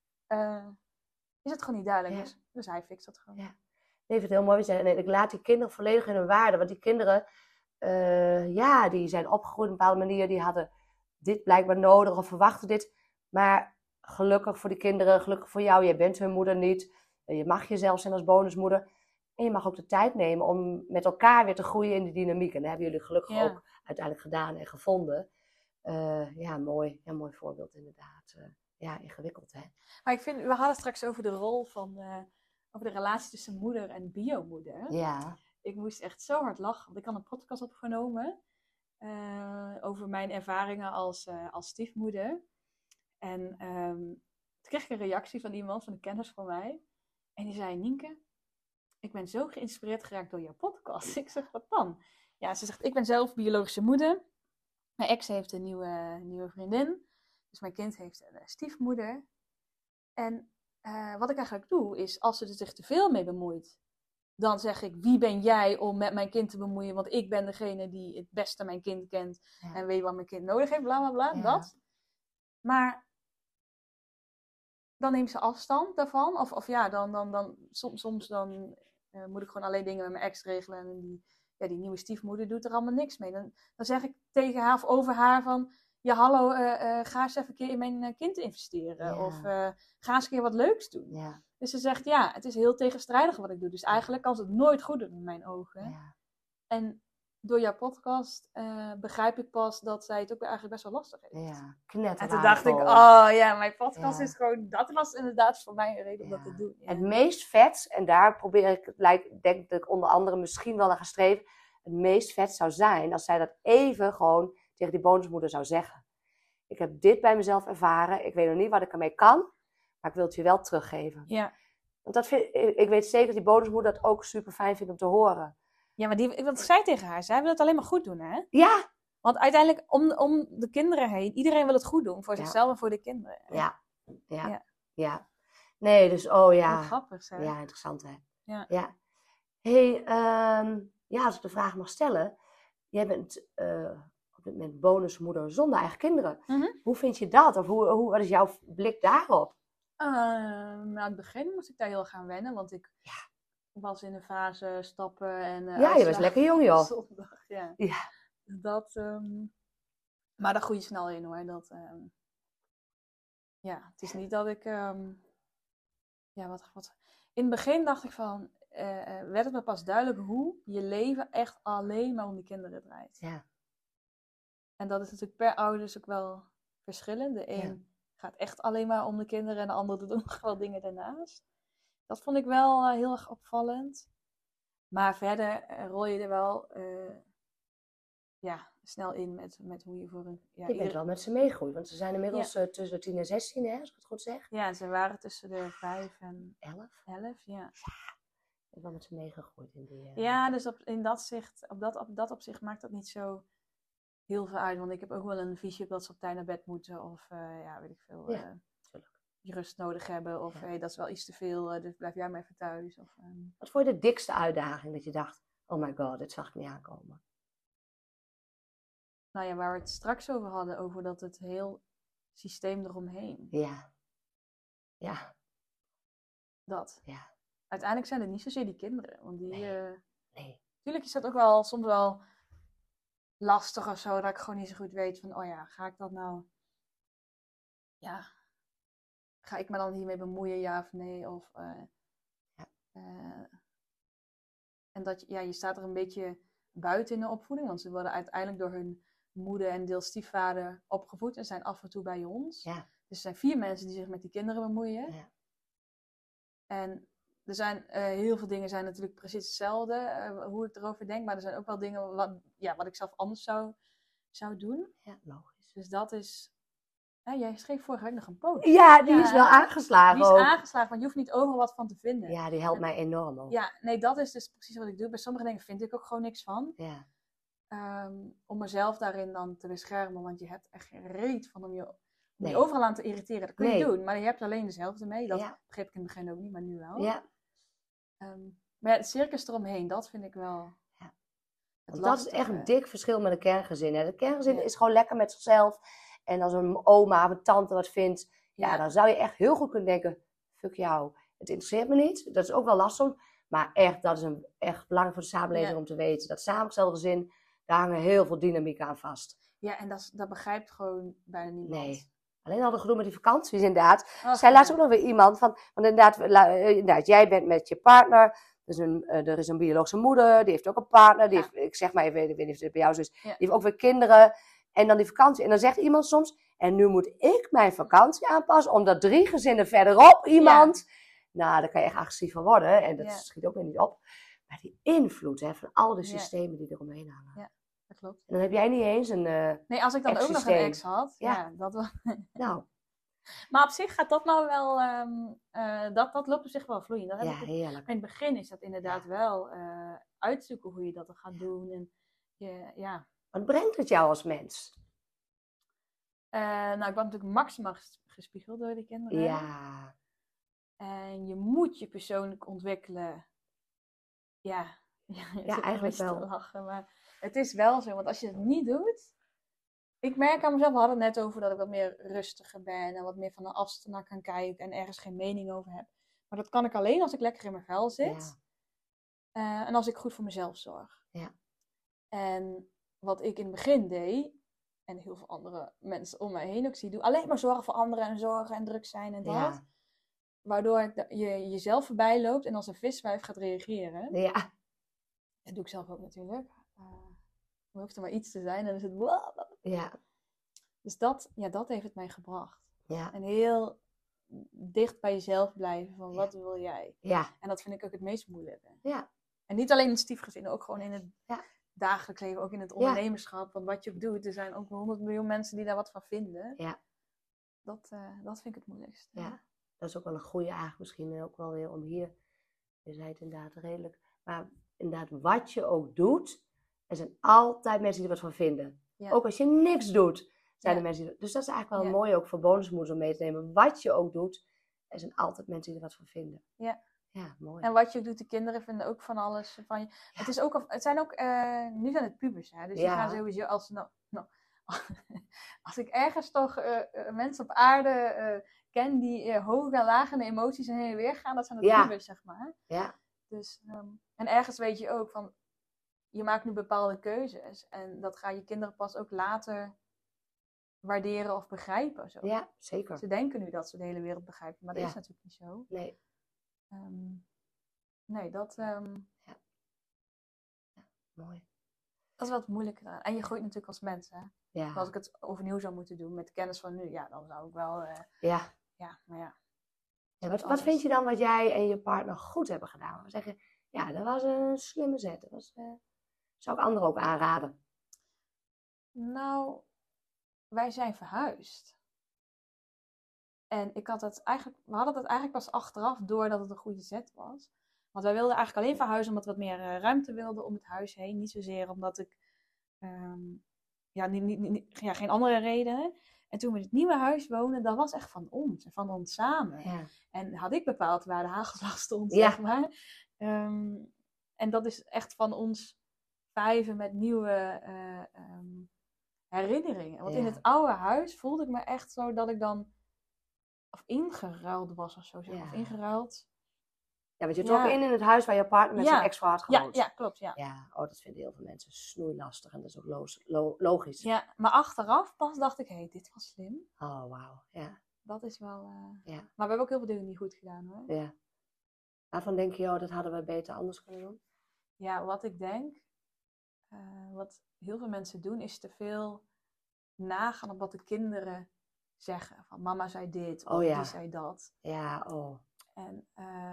is het gewoon niet duidelijk. Ja. Dus hij fixt dat gewoon. Ja. Nee, ik vind het heel mooi. Ik laat die kinderen volledig in hun waarde. Want die kinderen, die zijn opgegroeid op een bepaalde manier. Die hadden dit blijkbaar nodig of verwachten dit. Maar gelukkig voor die kinderen, gelukkig voor jou. Jij bent hun moeder niet. Je mag jezelf zijn als bonusmoeder. En je mag ook de tijd nemen om met elkaar weer te groeien in de dynamiek. En dat hebben jullie gelukkig ook uiteindelijk gedaan en gevonden. Mooi. Ja, mooi voorbeeld inderdaad. Ingewikkeld, hè? Maar ik vind, we hadden straks over de rol van, over de relatie tussen moeder en biomoeder. Ja. Ik moest echt zo hard lachen, want ik had een podcast opgenomen over mijn ervaringen als stiefmoeder. En toen kreeg ik een reactie van iemand, van een kennis van mij. En die zei, Nienke, ik ben zo geïnspireerd geraakt door jouw podcast. Ik zeg, wat dan? Ja, ze zegt, ik ben zelf biologische moeder. Mijn ex heeft een nieuwe vriendin. Dus mijn kind heeft een stiefmoeder. En wat ik eigenlijk doe, is als ze er zich te veel mee bemoeit, dan zeg ik, wie ben jij om met mijn kind te bemoeien? Want ik ben degene die het beste mijn kind kent en weet wat mijn kind nodig heeft, bla bla bla, dat. Maar dan neemt ze afstand daarvan. Of soms moet ik gewoon alleen dingen met mijn ex regelen. En die nieuwe stiefmoeder doet er allemaal niks mee. Dan zeg ik tegen haar of over haar van, ja hallo, ga eens even een keer in mijn kind investeren. Ja. Of ga eens een keer wat leuks doen. Ja. Dus ze zegt, het is heel tegenstrijdig wat ik doe. Dus eigenlijk kan ze het nooit goed doen in mijn ogen. Ja. En door jouw podcast begrijp ik pas dat zij het ook eigenlijk best wel lastig heeft. Ja, knetterwaardevol. En toen dacht ik, mijn podcast is gewoon, dat was inderdaad voor mij een reden om dat te doen. Ja. Het meest vet, en daar probeer ik, denk dat ik onder andere misschien wel naar ga streven, het meest vet zou zijn als zij dat even gewoon tegen die bonusmoeder zou zeggen. Ik heb dit bij mezelf ervaren, ik weet nog niet wat ik ermee kan, maar ik wil het je wel teruggeven. Ja. Want ik weet zeker dat die bonusmoeder dat ook super fijn vindt om te horen. Ja, maar ik zei tegen haar, zij wil het alleen maar goed doen, hè? Ja. Want uiteindelijk, om de kinderen heen, iedereen wil het goed doen. Voor zichzelf en voor de kinderen. Ja. Nee, dus Wat grappig, hè? Ja, interessant, hè? Ja. Hey, als ik de vraag mag stellen. Jij bent op dit moment bonusmoeder zonder eigen kinderen. Mm-hmm. Hoe vind je dat? Of wat is jouw blik daarop? Aan het begin moest ik daar heel gaan wennen, want ik was in een fase stappen en je was lekker jong, joh. Zondag, ja. Dat, maar daar groei je snel in, hoor. Dat, het is niet dat ik, wat. In het begin dacht ik van, werd het me pas duidelijk hoe je leven echt alleen maar om die kinderen draait. Ja. En dat is natuurlijk per ouders ook wel verschillend. De een gaat echt alleen maar om de kinderen en de ander doet ook nog wel dingen daarnaast. Dat vond ik wel heel erg opvallend. Maar verder rol je er wel snel in met hoe je voor een... Ja, je bent wel met ze meegegroeid, want ze zijn inmiddels tussen de 10 en 16, hè, als ik het goed zeg. Ja, ze waren tussen de 5 en 11, ja. Je bent wel met ze meegegroeid in die... Ja, dus op dat opzicht maakt dat niet zo heel veel uit. Want ik heb ook wel een visie op dat ze op tijd naar bed moeten. Of weet ik veel. Rust nodig hebben. Of dat is wel iets te veel. Dus blijf jij maar even thuis. Of, Wat vond je de dikste uitdaging? Dat je dacht, oh my god, dit zag ik niet aankomen. Nou ja, waar we het straks over hadden. Over dat het heel systeem eromheen. Ja. Ja. Dat. Ja. Uiteindelijk zijn het niet zozeer die kinderen. Want die... Nee. Tuurlijk is dat ook wel soms wel lastig of zo. Dat ik gewoon niet zo goed weet van... Oh ja, ga ik dat nou... Ja... Ga ik me dan hiermee bemoeien, ja of nee? Of, en dat je staat er een beetje buiten in de opvoeding. Want ze worden uiteindelijk door hun moeder en deels stiefvader opgevoed. En zijn af en toe bij ons. Ja. Dus er zijn 4 mensen die zich met die kinderen bemoeien. Ja. En er zijn heel veel dingen zijn natuurlijk precies hetzelfde. Hoe ik erover denk. Maar er zijn ook wel dingen wat ik zelf anders zou doen. Ja, logisch. Dus dat is... Ja, jij schreef vorige week nog een post. Ja, die is wel aangeslagen. Die is aangeslagen, want je hoeft niet overal wat van te vinden. Ja, die helpt mij enorm ook. Ja, nee, dat is dus precies wat ik doe. Bij sommige dingen vind ik ook gewoon niks van. Ja. Om mezelf daarin dan te beschermen, want je hebt echt geen reet van om je Nee. overal aan te irriteren. Dat kun je Nee. doen, maar je hebt alleen dezelfde mee. Dat begreep ik in het begin ook niet, maar nu wel. Ja. Maar ja, het circus eromheen, dat vind ik wel... Ja. Het dat is echt een dik verschil met een kerngezin. Hè. Het kerngezin is gewoon lekker met zichzelf. En als een oma of een tante wat vindt, dan zou je echt heel goed kunnen denken, fuck jou, het interesseert me niet. Dat is ook wel lastig, maar echt, dat is echt belangrijk voor de samenleving om te weten. Dat samengestelde gezin, daar hangen heel veel dynamiek aan vast. Ja, en dat begrijpt gewoon bijna niemand. Nee. Alleen al de gedoe met die vakanties inderdaad. Zij laat ook nog weer iemand van, want inderdaad, jij bent met je partner. Dus er is een biologische moeder, die heeft ook een partner. Die heeft, ik zeg maar even, ik weet niet of het bij jou zo is, die heeft ook weer kinderen. En dan die vakantie. En dan zegt iemand soms, en nu moet ik mijn vakantie aanpassen, omdat 3 gezinnen verderop iemand... Ja. Nou, daar kan je echt agressief van worden. En dat schiet ook weer niet op. Maar die invloed van al die systemen die eromheen hangen. Ja, dat klopt. En dan heb jij niet eens een nee, als ik dan ook nog een ex had. Ja, dat wel. Nou. Maar op zich gaat dat nou wel... dat loopt op zich wel vloeiend. Dat heerlijk. In het begin is dat inderdaad wel uitzoeken hoe je dat gaat doen. En Wat brengt het jou als mens? Ik ben natuurlijk maximaal gespiegeld door de kinderen. Ja. En je moet je persoonlijk ontwikkelen. Ja, eigenlijk wel. Lachen, maar het is wel zo. Want als je het niet doet... Ik merk aan mezelf, we hadden het net over dat ik wat meer rustiger ben. En wat meer van een afstand naar kan kijken. En ergens geen mening over heb. Maar dat kan ik alleen als ik lekker in mijn vel zit. Ja. En als ik goed voor mezelf zorg. Ja. En wat ik in het begin deed... En heel veel andere mensen om mij heen ook zie doen. Alleen maar zorgen voor anderen en zorgen en druk zijn en dat. Ja. Waardoor je jezelf voorbij loopt en als een viswijf gaat reageren. Ja. Dat doe ik zelf ook natuurlijk. Er hoeft er maar iets te zijn en dan is het... Blablabla. Ja. Dus dat heeft het mij gebracht. Ja. En heel dicht bij jezelf blijven van wat wil jij. Ja. En dat vind ik ook het meest moeilijke. Ja. En niet alleen in het stiefgezin, ook gewoon in het... dagelijks leven, ook in het ondernemerschap. Want wat je ook doet, er zijn ook 100 miljoen mensen die daar wat van vinden. Ja. Dat vind ik het moeilijkst. Ja, dat is ook wel een goede eigenlijk misschien ook wel weer om hier, je zei het inderdaad redelijk, maar inderdaad wat je ook doet, er zijn altijd mensen die er wat van vinden. Ja. Ook als je niks doet, zijn er mensen die... Dus dat is eigenlijk wel mooi ook voor bonusmoeders om mee te nemen. Wat je ook doet, er zijn altijd mensen die er wat van vinden. Ja. Ja, mooi. En wat je ook doet, de kinderen vinden ook van alles van je. Ja. Het zijn ook, nu zijn het pubers, hè. Dus die gaan sowieso als ik ergens toch mensen op aarde ken die hoog en laag in de emoties en heen en weer gaan, dat zijn de pubers, zeg maar. Ja. Dus, en ergens weet je ook van, je maakt nu bepaalde keuzes en dat gaan je kinderen pas ook later waarderen of begrijpen. Zo. Ja, zeker. Ze denken nu dat ze de hele wereld begrijpen, maar dat is natuurlijk niet zo. Nee. Nee, dat... Mooi. Dat is wat moeilijker aan. En je groeit natuurlijk als mens, hè. Ja. Als ik het overnieuw zou moeten doen met de kennis van nu, ja, dan zou ik wel... Ja. Ja, maar ja. Ja, wat vind je dan wat jij en je partner goed hebben gedaan? We zeggen, ja, dat was een slimme zet. Dat was, zou ik anderen ook aanraden. Nou, wij zijn verhuisd. En we hadden het eigenlijk pas achteraf door dat het een goede zet was. Want wij wilden eigenlijk alleen verhuizen omdat we wat meer ruimte wilden om het huis heen. Niet zozeer omdat ik... geen andere redenen. En toen we in het nieuwe huis woonden, dat was echt van ons. En van ons samen. Ja. En had ik bepaald waar de hagelslag stond, Ja. zeg maar. En dat is echt van ons 5 met nieuwe herinneringen. Want in het oude huis voelde ik me echt zo dat ik dan... Of ingeruild was of zo. Zeg. Of ingeruild. Ja, want je trok in het huis waar je partner met zijn ex-vrouw had gewoond. Ja, klopt. Ja. Ja, dat vinden heel veel mensen snoeilastig. En dat is ook logisch. Ja, maar achteraf pas dacht ik, hé, dit was slim. Oh, wauw. Ja. Dat is wel... Ja. Maar we hebben ook heel veel dingen niet goed gedaan, hoor. Ja. Waarvan denk je, dat hadden we beter anders kunnen doen? Ja, wat ik denk... wat heel veel mensen doen, is te veel nagaan op wat de kinderen zeggen. Van mama zei dit, of die zei dat. Ja, En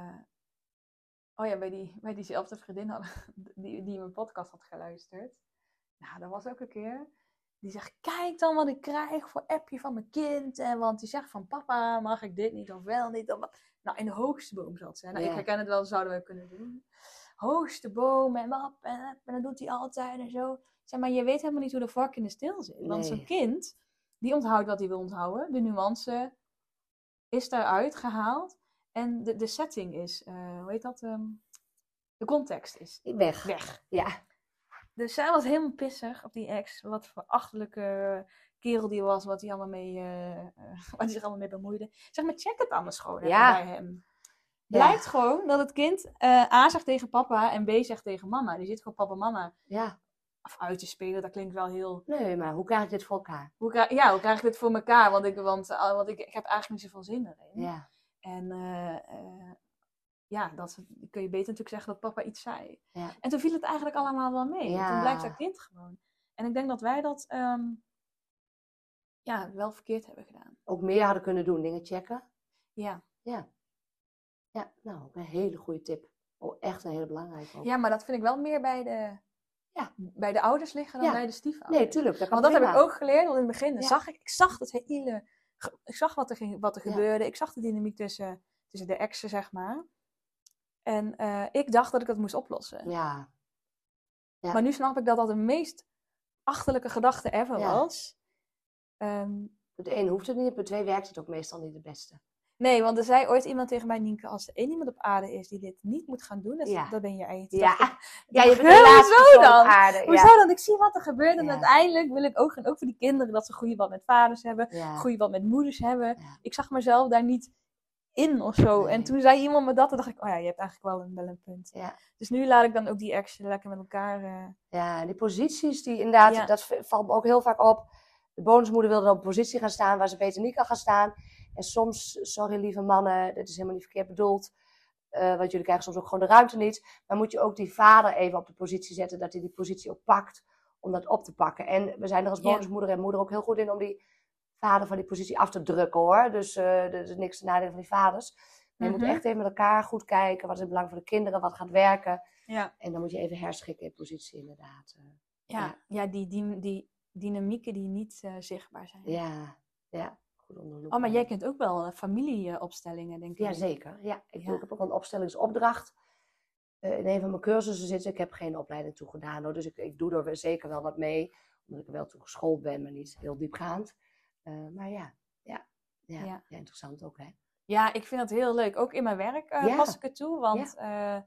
bij diezelfde vriendin die in mijn podcast had geluisterd. Nou, dat was ook een keer. Die zegt, kijk dan wat ik krijg voor appje van mijn kind. En want die zegt van papa, mag ik dit niet of wel niet? Of wat? Nou, in de hoogste boom zat ze. Nou, ik herken het wel, dat zouden we kunnen doen. Hoogste boom en wap en dat doet hij altijd en zo. Zeg maar, je weet helemaal niet hoe de vork in de steel zit. Want Nee. zo'n kind, die onthoudt wat hij wil onthouden. De nuance is daaruit gehaald. En de setting is, hoe heet dat? De context is weg. Ja. Dus zij was helemaal pissig op die ex. Wat voor achterlijke kerel die was. Wat hij waar hij zich allemaal mee bemoeide. Zeg maar, check het anders gewoon even bij hem. Blijkt gewoon dat het kind A zegt tegen papa en B zegt tegen mama. Die zit gewoon papa en mama of uit te spelen. Dat klinkt wel heel... Nee, maar hoe krijg ik dit voor elkaar? Hoe krijg ik dit voor elkaar? Want ik heb eigenlijk niet zoveel zin erin. Ja. En dat kun je beter natuurlijk zeggen dat papa iets zei. Ja. En toen viel het eigenlijk allemaal wel mee. Ja. Toen blijft dat kind gewoon. En ik denk dat wij dat wel verkeerd hebben gedaan. Ook meer hadden kunnen doen, dingen checken. Ja. Ja. Ja, nou, ook een hele goede tip. Echt een hele belangrijke ook. Ja, maar dat vind ik wel meer bij de ouders liggen dan bij de stiefouders. Nee, tuurlijk. Want dat heb ik ook geleerd. Want in het begin zag ik zag het hele... Ik zag wat er gebeurde. Ik zag de dynamiek tussen de exen, zeg maar. En ik dacht dat ik het moest oplossen. Ja. Maar nu snap ik dat dat de meest achterlijke gedachte ever was. Het een hoeft het niet, het 2 werkt het ook meestal niet het beste. Nee, want er zei ooit iemand tegen mij, Nienke, als er één iemand op aarde is die dit niet moet gaan doen, dat ben jij. Ja, je bent de laatste persoon op aarde. Hoezo dan? Ik zie wat er gebeurt en uiteindelijk wil ik ook voor die kinderen dat ze een goede band met vaders hebben, een goede band met moeders hebben. Ja. Ik zag mezelf daar niet in of zo. Nee. En toen zei iemand me dat en dacht ik, je hebt eigenlijk wel een punt. Ja. Dus nu laat ik dan ook die ex lekker met elkaar... Ja, die posities, die inderdaad, dat valt me ook heel vaak op. De bonusmoeder wilde op een positie gaan staan waar ze beter niet kan gaan staan. En soms, sorry lieve mannen, dit is helemaal niet verkeerd bedoeld. Want jullie krijgen soms ook gewoon de ruimte niet. Maar moet je ook die vader even op de positie zetten, dat hij die positie ook pakt om dat op te pakken. En we zijn er als bonusmoeder en moeder ook heel goed in om die vader van die positie af te drukken, hoor. Dus er is niks te nadelen van die vaders. Maar je moet echt even met elkaar goed kijken. Wat is het belang voor de kinderen? Wat gaat werken? Ja. En dan moet je even herschikken in positie, inderdaad. Die dynamieken die niet zichtbaar zijn. Ja. Goed onder de loep. Oh, maar jij kent ook wel familieopstellingen, denk ik. Jazeker. Ja, ik heb ook wel een opstellingsopdracht. In een van mijn cursussen zitten. Ik heb geen opleiding toe gedaan, hoor. Dus ik doe er zeker wel wat mee. Omdat ik er wel toe geschoold ben, maar niet heel diepgaand. Maar ja, interessant ook, hè. Ja, ik vind dat heel leuk. Ook in mijn werk pas ik het toe. Want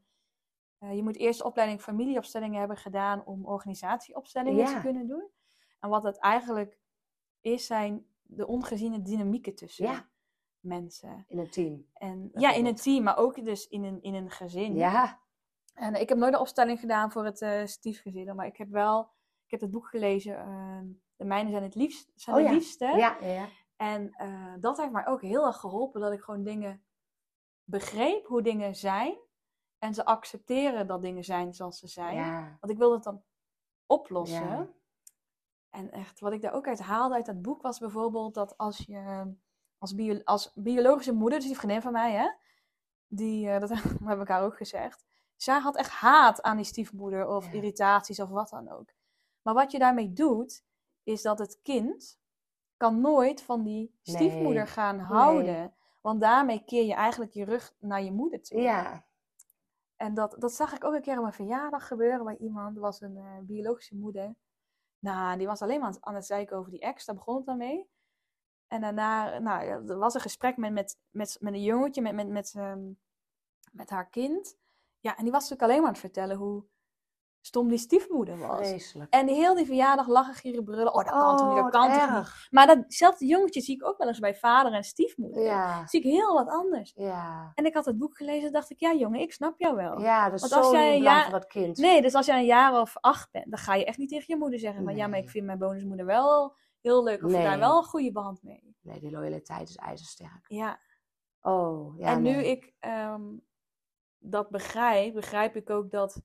je moet eerst de opleiding familieopstellingen hebben gedaan om organisatieopstellingen te kunnen doen. En wat het eigenlijk is, zijn de ongeziene dynamieken tussen mensen. In een team. En, in een team, maar ook dus in een gezin. Ja. En ik heb nooit een opstelling gedaan voor het stiefgezin. Maar ik heb het boek gelezen. De mijnen zijn het liefste. Ja. En dat heeft mij ook heel erg geholpen. Dat ik gewoon dingen begreep, hoe dingen zijn. En ze accepteren dat dingen zijn zoals ze zijn. Ja. Want ik wilde het dan oplossen. Ja. En echt, wat ik daar ook uit haalde uit dat boek was bijvoorbeeld dat als je als biologische moeder, dus die vriendin van mij, hè, dat hebben we elkaar ook gezegd. Zij had echt haat aan die stiefmoeder of irritaties of wat dan ook. Maar wat je daarmee doet, is dat het kind kan nooit van die stiefmoeder gaan houden. Nee. Want daarmee keer je eigenlijk je rug naar je moeder toe. Ja. En dat zag ik ook een keer op mijn verjaardag gebeuren bij iemand. Er was een biologische moeder. Nou, die was alleen maar aan het zeiken over die ex. Daar begon het dan mee. En daarna, er was een gesprek met een jongetje, met haar kind. Ja, en die was natuurlijk alleen maar aan het vertellen hoe stom die stiefmoeder was. Vreselijk. En heel die verjaardag lachen, gieren, brullen. Oh, dat kan toch niet, dat kan toch niet. Erg. Maar datzelfde jongetje zie ik ook wel eens bij vader en stiefmoeder. Ja. Zie ik heel wat anders. Ja. En ik had het boek gelezen en dacht ik, ja jongen, ik snap jou wel. Ja, dat is Want als zo jij niet een belang jaar- van dat kind. Nee, dus als jij een jaar of 8 bent, dan ga je echt niet tegen je moeder zeggen van ja, maar ik Nee. vind mijn bonusmoeder wel heel leuk. Of Nee. daar wel een goede band mee. Nee, die loyaliteit is ijzersterk. Ja. Oh, ja. En nu nee. ik dat begrijp ik ook dat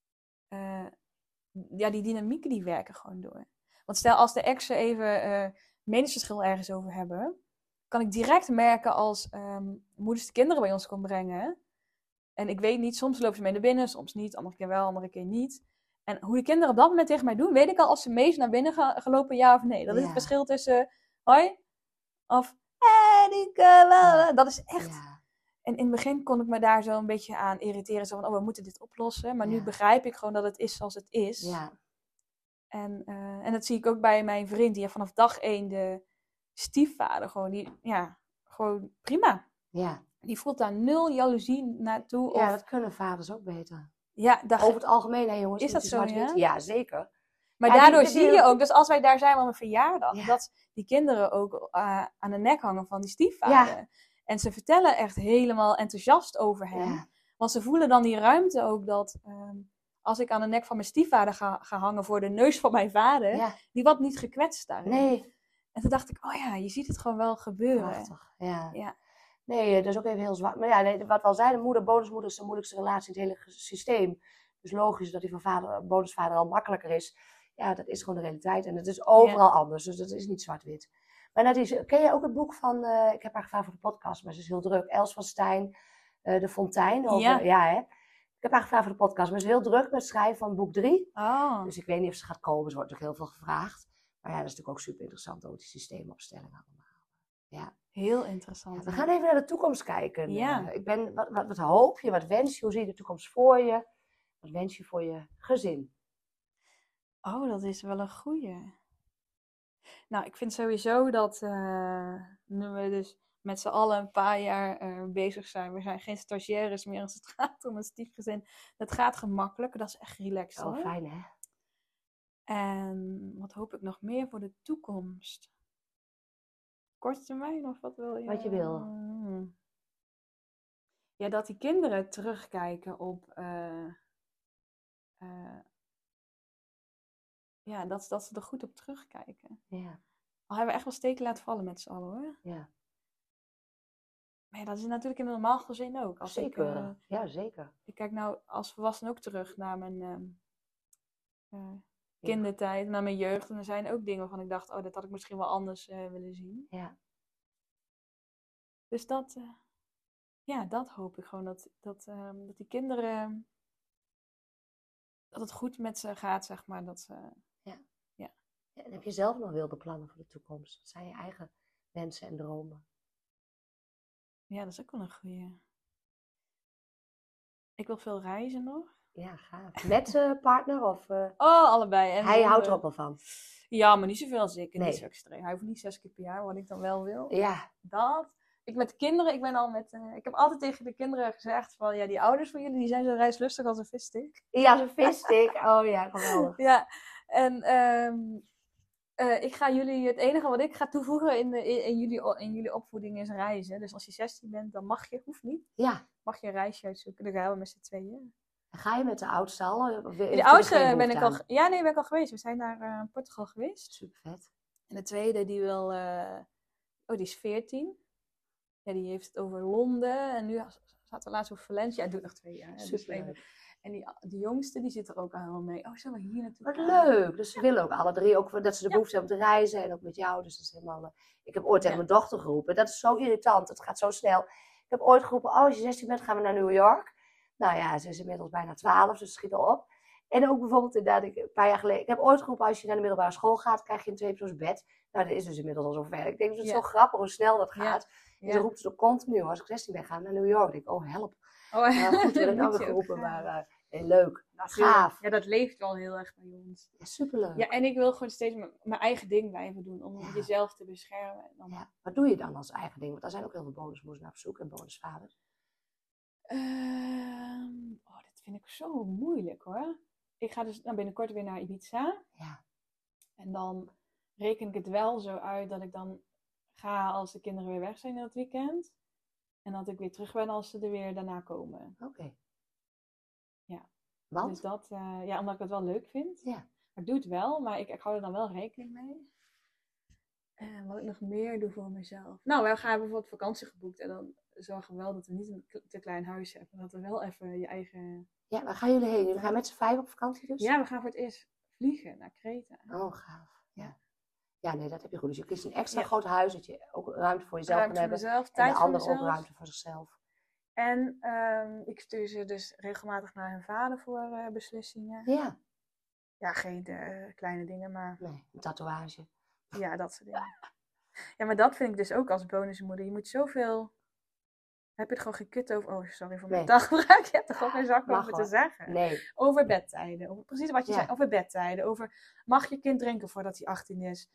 die dynamieken die werken gewoon door. Want stel als de exen even meningsverschil ergens over hebben, kan ik direct merken als moeders de kinderen bij ons komen brengen. En ik weet niet, soms lopen ze mee naar binnen, soms niet, andere keer wel, andere keer niet. En hoe de kinderen op dat moment tegen mij doen, weet ik al als ze mee zijn naar binnen gelopen, ja of nee. Dat is het verschil tussen hoi of dat is echt. Ja. En in het begin kon ik me daar zo een beetje aan irriteren. Zo van, oh, we moeten dit oplossen. Maar nu begrijp ik gewoon dat het is zoals het is. Ja. En dat zie ik ook bij mijn vriend. Die vanaf dag 1 de stiefvader gewoon prima. Ja. Die voelt daar 0 jaloezie naartoe. Ja, of, dat kunnen vaders ook beter. ja, Over het algemeen, hè jongens. Is dat zo, ja? Ja, zeker. Maar Ja, daardoor die- zie je ook, dus als wij daar zijn op een verjaardag, Ja. dat die kinderen ook aan de nek hangen van die stiefvader. Ja. En ze vertellen echt helemaal enthousiast over hem. Ja. Want ze voelen dan die ruimte ook dat als ik aan de nek van mijn stiefvader ga hangen voor de neus van mijn vader, Ja. die wordt niet gekwetst daarin. Nee. En toen dacht ik, oh ja, je ziet het gewoon wel gebeuren. Prachtig. Ja. Ja. Nee, dat is ook even heel zwaar. Maar ja, nee, wat we al zeiden, bonusmoeder is de moeilijkste relatie in het hele systeem. Dus logisch dat die van bonusvader al makkelijker is. Ja, dat is gewoon de realiteit. En het is overal anders, dus dat is niet zwart-wit. Maar Nadine, ken je ook het boek van, ik heb haar gevraagd voor de podcast, maar ze is heel druk. Els van Stijn, De Fontein. Over, ja, hè. Ik heb haar gevraagd voor de podcast, maar ze is heel druk met het schrijven van boek 3. Oh. Dus ik weet niet of ze gaat komen, ze wordt natuurlijk heel veel gevraagd. Maar ja, dat is natuurlijk ook super interessant, ook die systeemopstellingen allemaal. Ja. Heel interessant. Ja, we gaan even naar de toekomst kijken. Ja. Wat hoop je, wat wens je, hoe zie je de toekomst voor je? Wat wens je voor je gezin? Oh, dat is wel een goeie. Nou, ik vind sowieso dat nu we dus met z'n allen een paar jaar bezig zijn. We zijn geen stagiaires meer als het gaat om een stiefgezin. Dat gaat gemakkelijk, dat is echt relaxed. Oh, hoor. fijn hè? En wat hoop ik nog meer voor de toekomst? Korte termijn of wat wil je? Wat je wil. Ja, dat die kinderen terugkijken op... ja, dat ze er goed op terugkijken. Ja. Al hebben we echt wel steken laten vallen met z'n allen hoor. Ja. Maar ja, dat is natuurlijk in een normaal gezin ook. Als Zeker. Ja, zeker. Ik kijk nou als volwassene ook terug naar mijn kindertijd, naar mijn jeugd. En er zijn ook dingen waarvan ik dacht, oh, dat had ik misschien wel anders willen zien. Ja. Dus dat hoop ik gewoon. Dat die kinderen, dat het goed met ze gaat, zeg maar. Dat ze, Ja, en heb je zelf nog wilde plannen voor de toekomst? Wat zijn je eigen wensen en dromen? ja, dat is ook wel een goeie. Ik wil veel reizen nog. Ja, gaaf. Met partner of... Oh, allebei. En hij houdt er ook wel van. Ja, maar niet zoveel als ik. En Nee. niet zo extreem. Hij hoeft niet 6 keer per jaar, wat ik dan wel wil. Ja. Dat. Ik met de kinderen, ik heb altijd tegen de kinderen gezegd van, ja, die ouders van jullie, die zijn zo reislustig als een visstick. Ja, zo'n visstick. Oh ja, geweldig. Ja, en ik ga jullie, het enige wat ik ga toevoegen in jullie opvoeding is reizen. Dus als je 16 bent, dan mag je, hoeft niet, Ja. mag je een reisje uitzoeken. Dan gaan we met z'n tweeën. Ga je met de oudste al? De oudste ben ik al, ben ik al geweest. We zijn naar Portugal geweest. Super vet. En de tweede, die die is 14. Ja, die heeft het over Londen. En nu zaten we laatst over Valencia. Het doet nog 2 jaar. Hè, dus Superleuk. en die jongste, die zit er ook al helemaal mee. Oh, zullen we hier naartoe Wat gaan? leuk. Dus ze willen ook alle 3 ook dat ze de behoefte hebben om te reizen. En ook met jou. Dus dat is helemaal... Ik heb ooit tegen mijn dochter geroepen. Dat is zo irritant. Het gaat zo snel. Ik heb ooit geroepen, als je 16 bent, gaan we naar New York. Nou ja, ze is inmiddels bijna 12, dus het schiet al op. En ook bijvoorbeeld inderdaad, een paar jaar geleden... Ik heb ooit geroepen, als je naar de middelbare school gaat, krijg je een 2-persoonsbed. Nou, dat is dus inmiddels al zover. Ik denk, dat het zo grappig hoe snel dat gaat. En ze roept het ook continu. Als ik 16 ben, gaan we naar New York. Ik denk, oh, help. Nou goed, we hebben nou weer geroepen, maar heel leuk. Gaaf. Ja, dat leeft wel heel erg bij ons. Ja, superleuk. Ja, en ik wil gewoon steeds mijn eigen ding blijven doen, om jezelf te beschermen. Dan... Ja. Wat doe je dan als eigen ding? Want daar zijn ook heel veel bonusmoeders naar op zoek en bonusvaders. Dat vind ik zo moeilijk hoor. Ik ga dus binnenkort weer naar Ibiza. Ja. En dan reken ik het wel zo uit dat ik dan ga als de kinderen weer weg zijn in het weekend. En dat ik weer terug ben als ze er weer daarna komen. Oké. Ja. Want? Dus dat, omdat ik het wel leuk vind. Ja. Maar ik doe het wel, maar ik hou er dan wel rekening mee. En wat ik nog meer doe voor mezelf. Nou, wij gaan bijvoorbeeld vakantie geboekt. En dan zorgen we wel dat we niet een te klein huis hebben. Dat we wel even je eigen... Ja, waar gaan jullie heen? Jullie gaan met z'n 5 op vakantie dus? Ja, we gaan voor het eerst vliegen naar Kreta. Oh, gaaf. Ja. Ja, nee, dat heb je goed. Dus je kiest een extra groot huis, dat je ook ruimte voor jezelf kan hebben. Mezelf, en de anderen ook ruimte voor zichzelf. En ik stuur ze dus regelmatig naar hun vader voor beslissingen. Ja. Ja, geen kleine dingen, maar... Nee, een tatoeage. Ja, dat soort dingen. Ja, maar dat vind ik dus ook als bonusmoeder. Je moet zoveel... Heb je er gewoon geen kut over... Oh, sorry voor mijn taalgebruik. Je hebt er gewoon geen zak over te zeggen. Nee. Over bedtijden. Over, precies wat je zei. Over bedtijden. Over, mag je kind drinken voordat hij 18 is?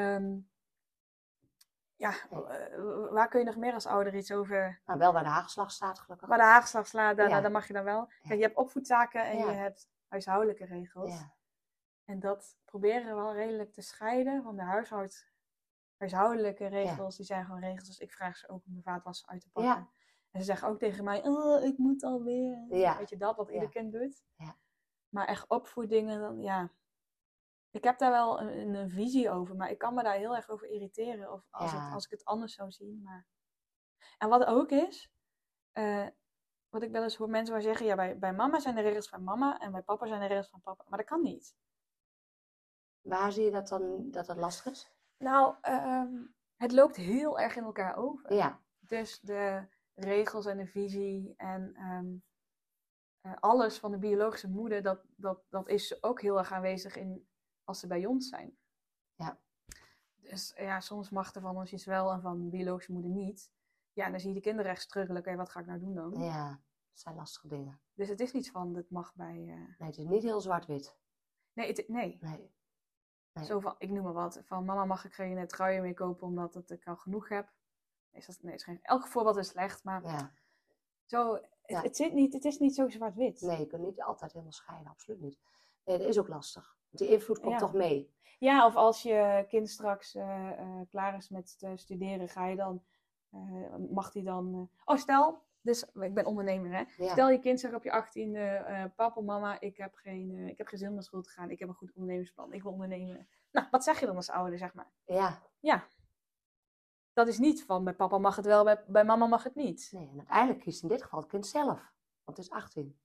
Ja. Waar kun je nog meer als ouder iets over... Nou, wel waar de hagelslag staat, gelukkig. Waar de hagelslag slaat, daar mag je dan wel. Kijk, je hebt opvoedtaken en je hebt huishoudelijke regels. Ja. En dat proberen we wel redelijk te scheiden. Want de huishoudelijke regels, die zijn gewoon regels. Dus ik vraag ze ook om de vaatwasser uit te pakken. Ja. En ze zeggen ook tegen mij, oh, ik moet alweer. Ja. Weet je dat, wat ieder kind doet. Ja. Maar echt opvoedingen, dan ja... Ik heb daar wel een visie over, maar ik kan me daar heel erg over irriteren. Of als ik het anders zou zien. Maar... En wat ook is, wat ik wel eens hoor mensen wel zeggen, ja, bij mama zijn de regels van mama en bij papa zijn de regels van papa. Maar dat kan niet. Waar zie je dat dan, dat het lastig is? Nou, het loopt heel erg in elkaar over. Ja. Dus de regels en de visie en alles van de biologische moeder, dat is ook heel erg aanwezig in als ze bij ons zijn. Ja. Dus ja, soms mag er van ons iets wel en van de biologische moeder niet. Ja, en dan zie je de kinderen echt struggelen. Oké, wat ga ik nou doen dan? Ja, dat zijn lastige dingen. Dus het is niet van, het mag bij... Nee, het is niet heel zwart-wit. Nee. Zo van, ik noem maar wat. Van, mama mag ik geen truien meer kopen omdat ik al genoeg heb. Elk voorbeeld is slecht, maar... Ja. Zo, het is niet zo zwart-wit. Nee, je kunt niet altijd helemaal scheiden, absoluut niet. Nee, dat is ook lastig. Die invloed komt toch mee. Ja, of als je kind straks klaar is met studeren, ga je dan, mag hij dan... stel, dus ik ben ondernemer hè. Ja. Stel je kind zegt op je 18e, papa, mama, ik heb geen zin om naar school te gaan. Ik heb een goed ondernemersplan, ik wil ondernemen. Nou, wat zeg je dan als ouder, zeg maar? Ja. Dat is niet van, bij papa mag het wel, bij mama mag het niet. Nee, en uiteindelijk kiest in dit geval het kind zelf. Want het is 18.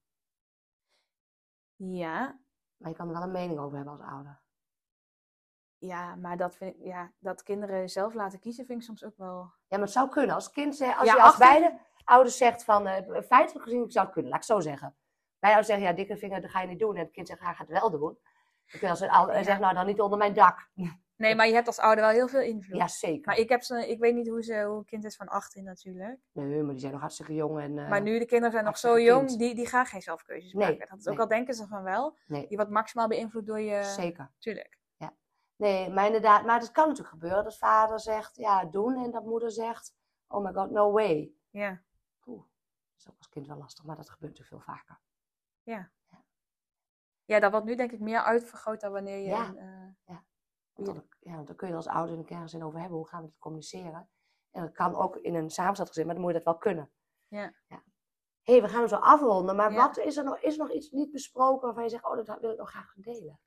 Ja. Maar je kan er wel een mening over hebben als ouder. Ja, maar dat kinderen zelf laten kiezen vind ik soms ook wel... Ja, maar het zou kunnen. Als kind zegt, als beide ouders zegt van, feitelijk gezien zou het kunnen, laat ik zo zeggen. Beide ouders zeggen, ja, dikke vinger, dat ga je niet doen. En het kind zegt, hij gaat het wel doen. Dan kun je als zegt, nou, dan niet onder mijn dak. Nee, maar je hebt als ouder wel heel veel invloed. Ja, zeker. Maar ik weet niet hoe een kind is van 18 natuurlijk. Nee, maar die zijn nog hartstikke jong. En, maar nu de kinderen zijn nog zo jong, die gaan geen zelfkeuzes maken. Dat is ook al denken ze van wel. Nee. Die wordt maximaal beïnvloed door je... Zeker. Tuurlijk. Ja. Nee, maar inderdaad, maar het kan natuurlijk gebeuren dat vader zegt, ja, doen. En dat moeder zegt, oh my god, no way. Ja. Oeh, dat is ook als kind wel lastig, maar dat gebeurt natuurlijk veel vaker. Ja. Ja, dat wordt nu denk ik meer uitvergroot dan wanneer je... Ja. Want dan kun je als ouder in de kernzin over hebben. Hoe gaan we het communiceren? En dat kan ook in een samengesteld gezin, maar dan moet je dat wel kunnen. Ja. Hé, we gaan zo afronden. Maar wat is er nog? Is er nog iets niet besproken waarvan je zegt, oh, dat wil ik nog graag delen?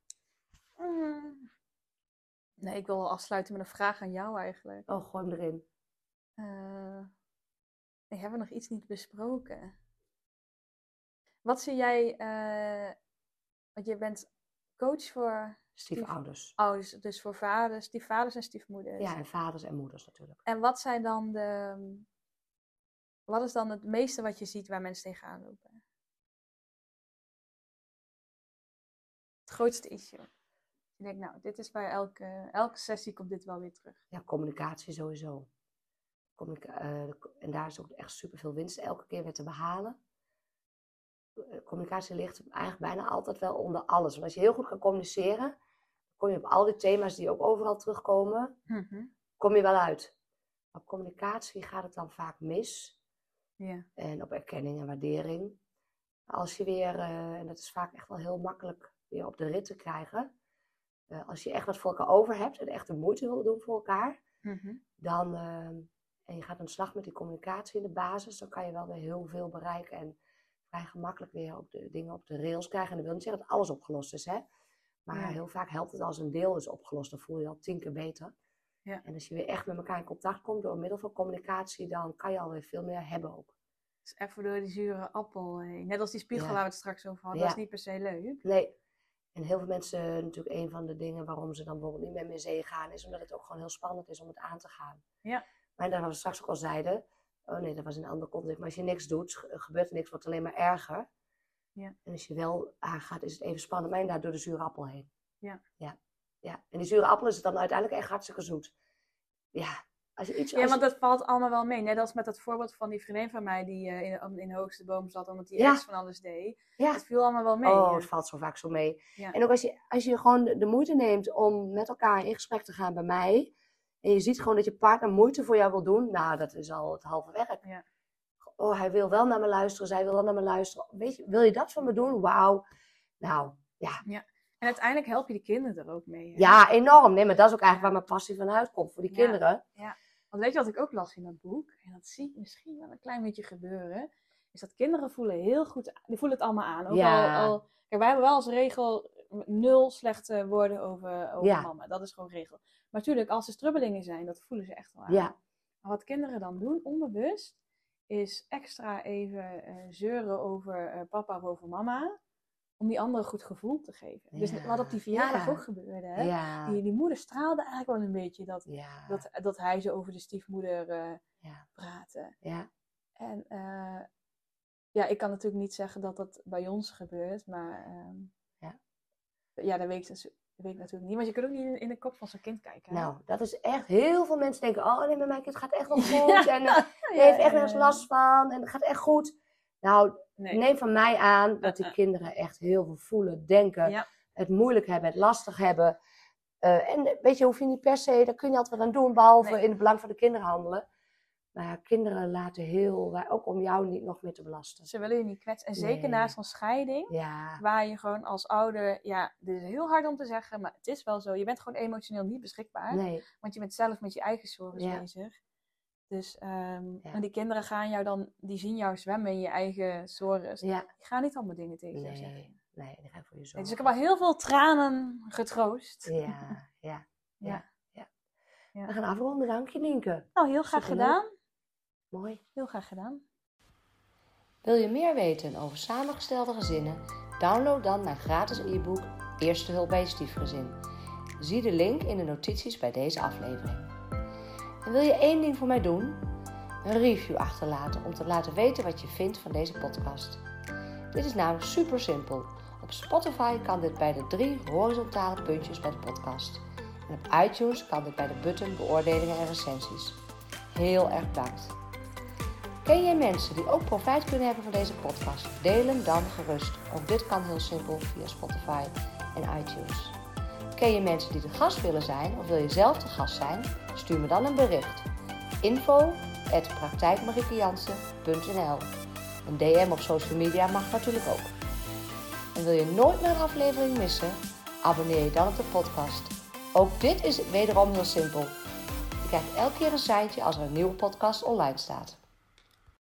Nee, ik wil afsluiten met een vraag aan jou eigenlijk. Oh, gooi hem erin. hebben nog iets niet besproken. Wat zie jij, want je bent coach voor Stiefouders. ouders, dus voor vaders, stiefvaders en stiefmoeders. Ja, en vaders en moeders natuurlijk. En wat is dan het meeste wat je ziet waar mensen tegenaan lopen? Het grootste issue. Je denkt, nou, dit is bij elke sessie komt dit wel weer terug. Ja, communicatie sowieso. En daar is ook echt superveel winst elke keer weer te behalen. Communicatie ligt eigenlijk bijna altijd wel onder alles. Want als je heel goed kan communiceren, kom je op al die thema's die ook overal terugkomen, kom je wel uit. Maar op communicatie gaat het dan vaak mis. Ja. En op erkenning en waardering. Als je weer, en dat is vaak echt wel heel makkelijk weer op de rit te krijgen. Als je echt wat voor elkaar over hebt en echt de moeite wil doen voor elkaar. Dan, en je gaat aan de slag met die communicatie in de basis. Dan kan je wel weer heel veel bereiken. En vrij gemakkelijk weer op de dingen op de rails krijgen. En dat wil niet zeggen dat alles opgelost is. Hè? Maar heel vaak helpt het als een deel is opgelost. Dan voel je je al 10 keer beter. Ja. En als je weer echt met elkaar in contact komt door middel van communicatie. Dan kan je alweer veel meer hebben ook. Dus even door die zure appel heen. Net als die spiegel waar we het straks over hadden. Ja. Dat is niet per se leuk. Nee. En heel veel mensen, natuurlijk een van de dingen waarom ze dan bijvoorbeeld niet meer in zee gaan, is omdat het ook gewoon heel spannend is om het aan te gaan. Ja. Maar dat we straks ook al zeiden, oh nee, dat was in een andere context, maar als je niks doet, gebeurt er niks, wordt het alleen maar erger. Ja. En als je wel aangaat, is het even spannend, maar inderdaad door de zure appel heen. Ja. En die zure appel is het dan uiteindelijk echt hartstikke zoet. Ja. Want dat valt allemaal wel mee. Net als met dat voorbeeld van die vriendin van mij die in de hoogste boom zat omdat die ex van alles deed. Ja. Het viel allemaal wel mee. Oh, het valt zo vaak zo mee. Ja. En ook als je gewoon de moeite neemt om met elkaar in gesprek te gaan bij mij. En je ziet gewoon dat je partner moeite voor jou wil doen. Nou, dat is al het halve werk. Ja. Oh, hij wil wel naar me luisteren. Zij wil wel naar me luisteren. Weet je, wil je dat van me doen? Wauw. Nou, ja. En uiteindelijk help je de kinderen er ook mee. Hè? Ja, enorm. Nee, maar dat is ook eigenlijk waar mijn passie van uitkomt. Voor die kinderen. Ja. Want weet je wat ik ook las in dat boek? En dat zie ik misschien wel een klein beetje gebeuren. Is dat kinderen voelen heel goed. Die voelen het allemaal aan. Ook kijk, wij hebben wel als regel 0 slechte woorden over mama. Dat is gewoon regel. Maar natuurlijk, als er strubbelingen zijn, dat voelen ze echt wel aan. Ja. Maar wat kinderen dan doen, onbewust, is extra even zeuren over papa of over mama. Om die andere een goed gevoel te geven. Ja. Dus wat op die verjaardag ook gebeurde. Hè? Ja. Die moeder straalde eigenlijk wel een beetje dat hij zo over de stiefmoeder praatte. Ja. En ik kan natuurlijk niet zeggen dat dat bij ons gebeurt. Maar dat weet ik natuurlijk niet. Want je kunt ook niet in de kop van zo'n kind kijken. Hè? Nou, dat is echt... Heel veel mensen denken... Oh nee, met mijn kind gaat echt wel goed. En hij heeft echt nergens last van. En het gaat echt goed. Nou, neem van mij aan dat die kinderen echt heel veel voelen, denken, het moeilijk hebben, het lastig hebben. En weet je, hoef je niet per se, daar kun je altijd wat aan doen, behalve in het belang van de kinderen handelen. Maar kinderen laten ook om jou niet nog meer te belasten. Ze willen je niet kwetsen. En zeker na zo'n scheiding, waar je gewoon als ouder, dit is heel hard om te zeggen, maar het is wel zo. Je bent gewoon emotioneel niet beschikbaar, want je bent zelf met je eigen zorgen bezig. Dus en die kinderen die zien jou zwemmen in je eigen zorgen. Die gaan niet allemaal dingen tegen jou zeggen. Nee, die gaan voor je zorgen. Dus ik heb al heel veel tranen getroost. Ja. We gaan afronden, dank je Nienke. Nou, heel graag gedaan. Mooi. Heel graag gedaan. Wil je meer weten over samengestelde gezinnen? Download dan mijn gratis e-book Eerste hulp bij je stiefgezin. Zie de link in de notities bij deze aflevering. En wil je 1 ding voor mij doen? Een review achterlaten om te laten weten wat je vindt van deze podcast. Dit is namelijk super simpel. Op Spotify kan dit bij de 3 horizontale puntjes bij de podcast. En op iTunes kan dit bij de button beoordelingen en recensies. Heel erg bedankt. Ken jij mensen die ook profijt kunnen hebben van deze podcast? Deel hem dan gerust. Ook dit kan heel simpel via Spotify en iTunes. Ken je mensen die de gast willen zijn of wil je zelf de gast zijn? Stuur me dan een bericht. info@praktijkmariekejansen.nl. Een DM op social media mag natuurlijk ook. En wil je nooit meer een aflevering missen? Abonneer je dan op de podcast. Ook dit is wederom heel simpel. Je krijgt elke keer een seintje als er een nieuwe podcast online staat.